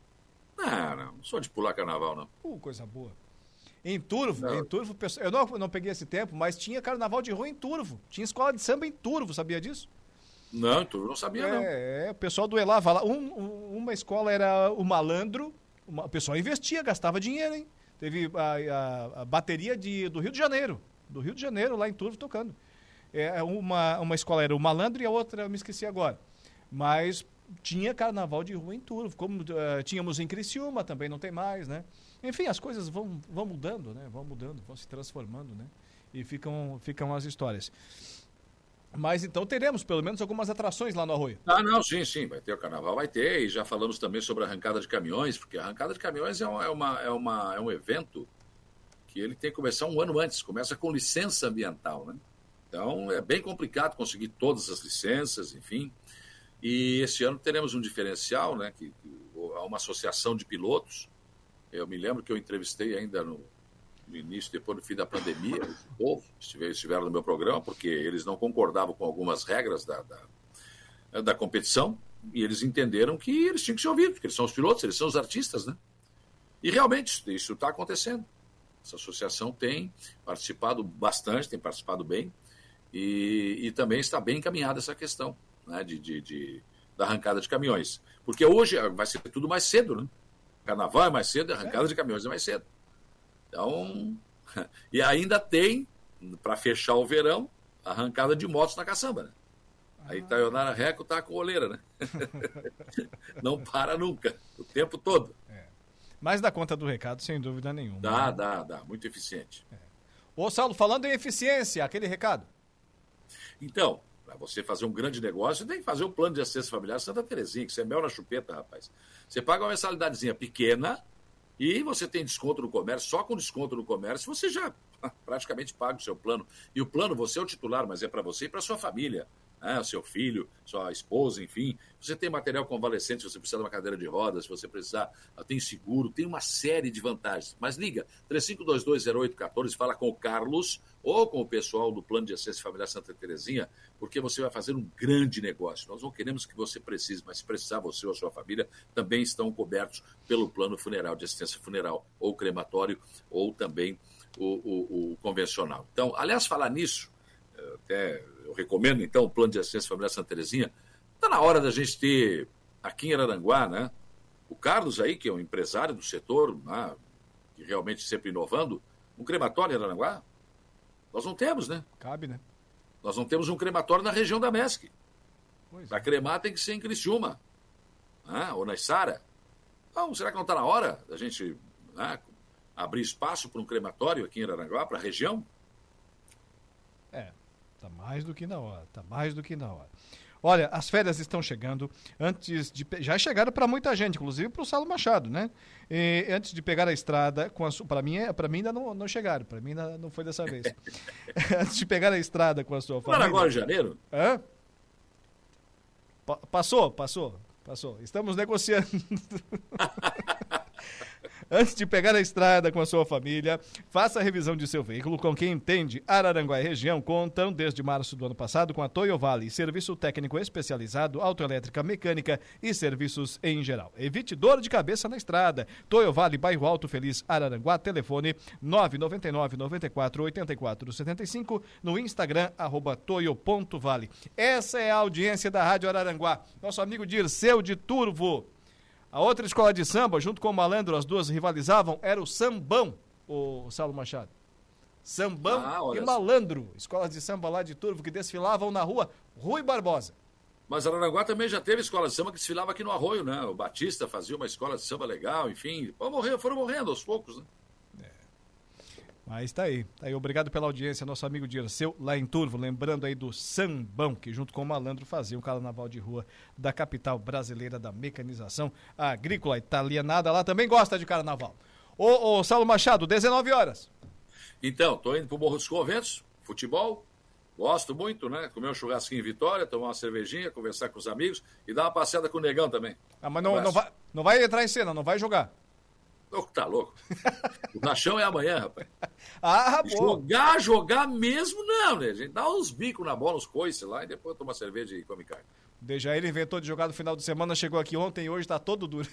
Não sou de pular carnaval, não. Coisa boa. Em Turvo, eu não peguei esse tempo, mas tinha carnaval de rua em Turvo. Tinha escola de samba em Turvo, sabia disso? Não, tu não sabia, não. O pessoal duelava lá. Uma escola era o Malandro, o pessoal investia, gastava dinheiro, hein? Teve a bateria do Rio de Janeiro, lá em Turvo, tocando. Uma escola era o Malandro e a outra, eu me esqueci agora. Mas tinha carnaval de rua em Turvo, como tínhamos em Criciúma, também não tem mais, né? Enfim, as coisas vão mudando, né? Vão se transformando, né? E ficam as histórias. Mas então teremos pelo menos algumas atrações lá no Arroio. Não, sim, vai ter o carnaval, vai ter, e já falamos também sobre a arrancada de caminhões, porque a arrancada de caminhões é um evento que ele tem que começar um ano antes, começa com licença ambiental, né? Então é bem complicado conseguir todas as licenças, enfim, e esse ano teremos um diferencial, né, que há uma associação de pilotos. Eu me lembro que eu entrevistei ainda no início, depois do fim da pandemia, o povo estiveram no meu programa, porque eles não concordavam com algumas regras da competição, e eles entenderam que eles tinham que ser ouvidos, porque eles são os pilotos, eles são os artistas, né? E realmente, isso está acontecendo. Essa associação tem participado bastante, tem participado bem, e também está bem encaminhada essa questão, né, da arrancada de caminhões. Porque hoje vai ser tudo mais cedo, né? Carnaval é mais cedo, a arrancada de caminhões é mais cedo. Então, e ainda tem, para fechar o verão, a arrancada de motos na caçamba, né? A Itaionara Reco tá com oleira, né? Não para nunca, o tempo todo. Mas dá conta do recado, sem dúvida nenhuma. Dá, muito eficiente. Ô, Saulo, falando em eficiência, aquele recado. Então, para você fazer um grande negócio, tem que fazer o plano de assistência familiar Santa Terezinha, que você é mel na chupeta, rapaz. Você paga uma mensalidadezinha pequena e você tem desconto no comércio. Só com desconto no comércio você já praticamente paga o seu plano. E o plano, você é o titular, mas é para você e para sua família. O seu filho, sua esposa, enfim. Você tem material convalescente, se você precisar de uma cadeira de rodas, se você precisar, tem seguro, tem uma série de vantagens. Mas liga, 35220814, fala com o Carlos ou com o pessoal do Plano de Assistência Familiar Santa Terezinha, porque você vai fazer um grande negócio. Nós não queremos que você precise, mas se precisar, você ou a sua família também estão cobertos pelo plano funeral, de assistência funeral, ou crematório, ou também o convencional. Então, aliás, falar nisso, eu recomendo, então, o Plano de Assistência Familiar Santa Terezinha. Está na hora da gente ter, aqui em Araranguá, né, o Carlos aí, que é um empresário do setor, né, que realmente sempre inovando, um crematório em Araranguá. Nós não temos, né? Cabe, né? Nós não temos um crematório na região da MESC. Para cremar tem que ser em Criciúma, ou na Içara. Então, será que não está na hora da gente, né, abrir espaço para um crematório aqui em Araranguá, para a região? Tá mais do que na hora. Olha, as férias estão chegando. Já chegaram para muita gente, inclusive para o Saulo Machado, né? E antes de pegar a estrada, para mim ainda não chegaram. Para mim ainda não foi dessa vez. Antes de pegar a estrada com a sua família. Agora em janeiro? Passou. Estamos negociando. Antes de pegar a estrada com a sua família, faça a revisão de seu veículo com quem entende. Araranguá e região contam desde março do ano passado com a Toyo Vale, serviço técnico especializado, autoelétrica, mecânica e serviços em geral. Evite dor de cabeça na estrada. Toyo Vale, bairro Alto Feliz, Araranguá, telefone 999 94 84 75, no Instagram, @toyo.vale. Essa é a audiência da Rádio Araranguá. Nosso amigo Dirceu de Turvo. A outra escola de samba, junto com o Malandro, as duas rivalizavam, era o Sambão, o Saulo Machado. Sambão e Malandro, escolas de samba lá de Turvo, que desfilavam na rua Rui Barbosa. Mas Araranguá também já teve escola de samba que desfilava aqui no Arroio, né? O Batista fazia uma escola de samba legal, enfim. Foram morrendo aos poucos, né? Mas tá aí. Obrigado pela audiência, nosso amigo Dirceu, lá em Turvo, lembrando aí do Sambão, que junto com o Malandro fazia um carnaval de rua da capital brasileira da mecanização agrícola italianada. Lá também gosta de carnaval. Ô Saulo Machado, 19 horas. Então, tô indo pro Morro dos Conventos, futebol, gosto muito, né? Comer um churrasquinho em Vitória, tomar uma cervejinha, conversar com os amigos e dar uma passeada com o Negão também. Mas não vai entrar em cena, não vai jogar. Tá louco. O rachão é amanhã, rapaz. Bom. Jogar mesmo não, né? A gente dá uns bicos na bola, uns coices lá e depois toma cerveja e come carne. Desde ele inventou de jogar no final de semana, chegou aqui ontem e hoje tá todo duro.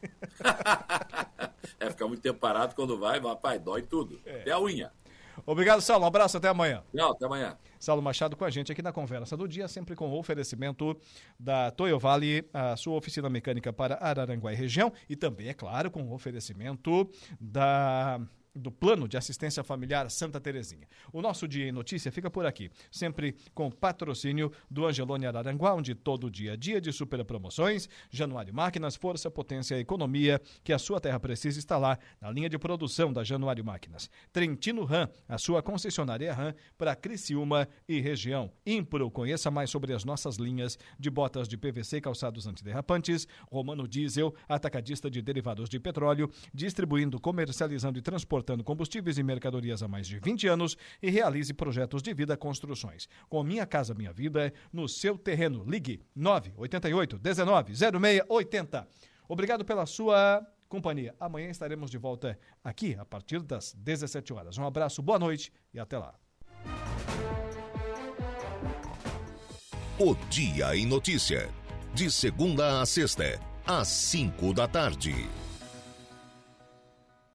Ficar muito tempo parado quando vai, rapaz, dói tudo. Até a unha. Obrigado, Saulo. Um abraço, até amanhã. Não, até amanhã. Saulo Machado com a gente aqui na Conversa do Dia, sempre com o oferecimento da Toyo Vale, a sua oficina mecânica para Araranguá e região, e também, é claro, com o oferecimento do Plano de Assistência Familiar Santa Terezinha. O nosso Dia em Notícia fica por aqui, sempre com patrocínio do Angelone Araranguá, onde todo dia de super promoções. Januário Máquinas, força, potência, economia que a sua terra precisa está lá na linha de produção da Januário Máquinas. Trentino Ram, a sua concessionária Ram para Criciúma e região. Impro, conheça mais sobre as nossas linhas de botas de PVC e calçados antiderrapantes. Romano Diesel, atacadista de derivados de petróleo, distribuindo, comercializando e transportando combustíveis e mercadorias há mais de 20 anos e realize projetos de vida construções. Com Minha Casa Minha Vida, no seu terreno. Ligue 988 19 0680. Obrigado pela sua companhia. Amanhã estaremos de volta aqui a partir das 17 horas. Um abraço, boa noite e até lá. O Dia em Notícia. De segunda a sexta, às 5 da tarde.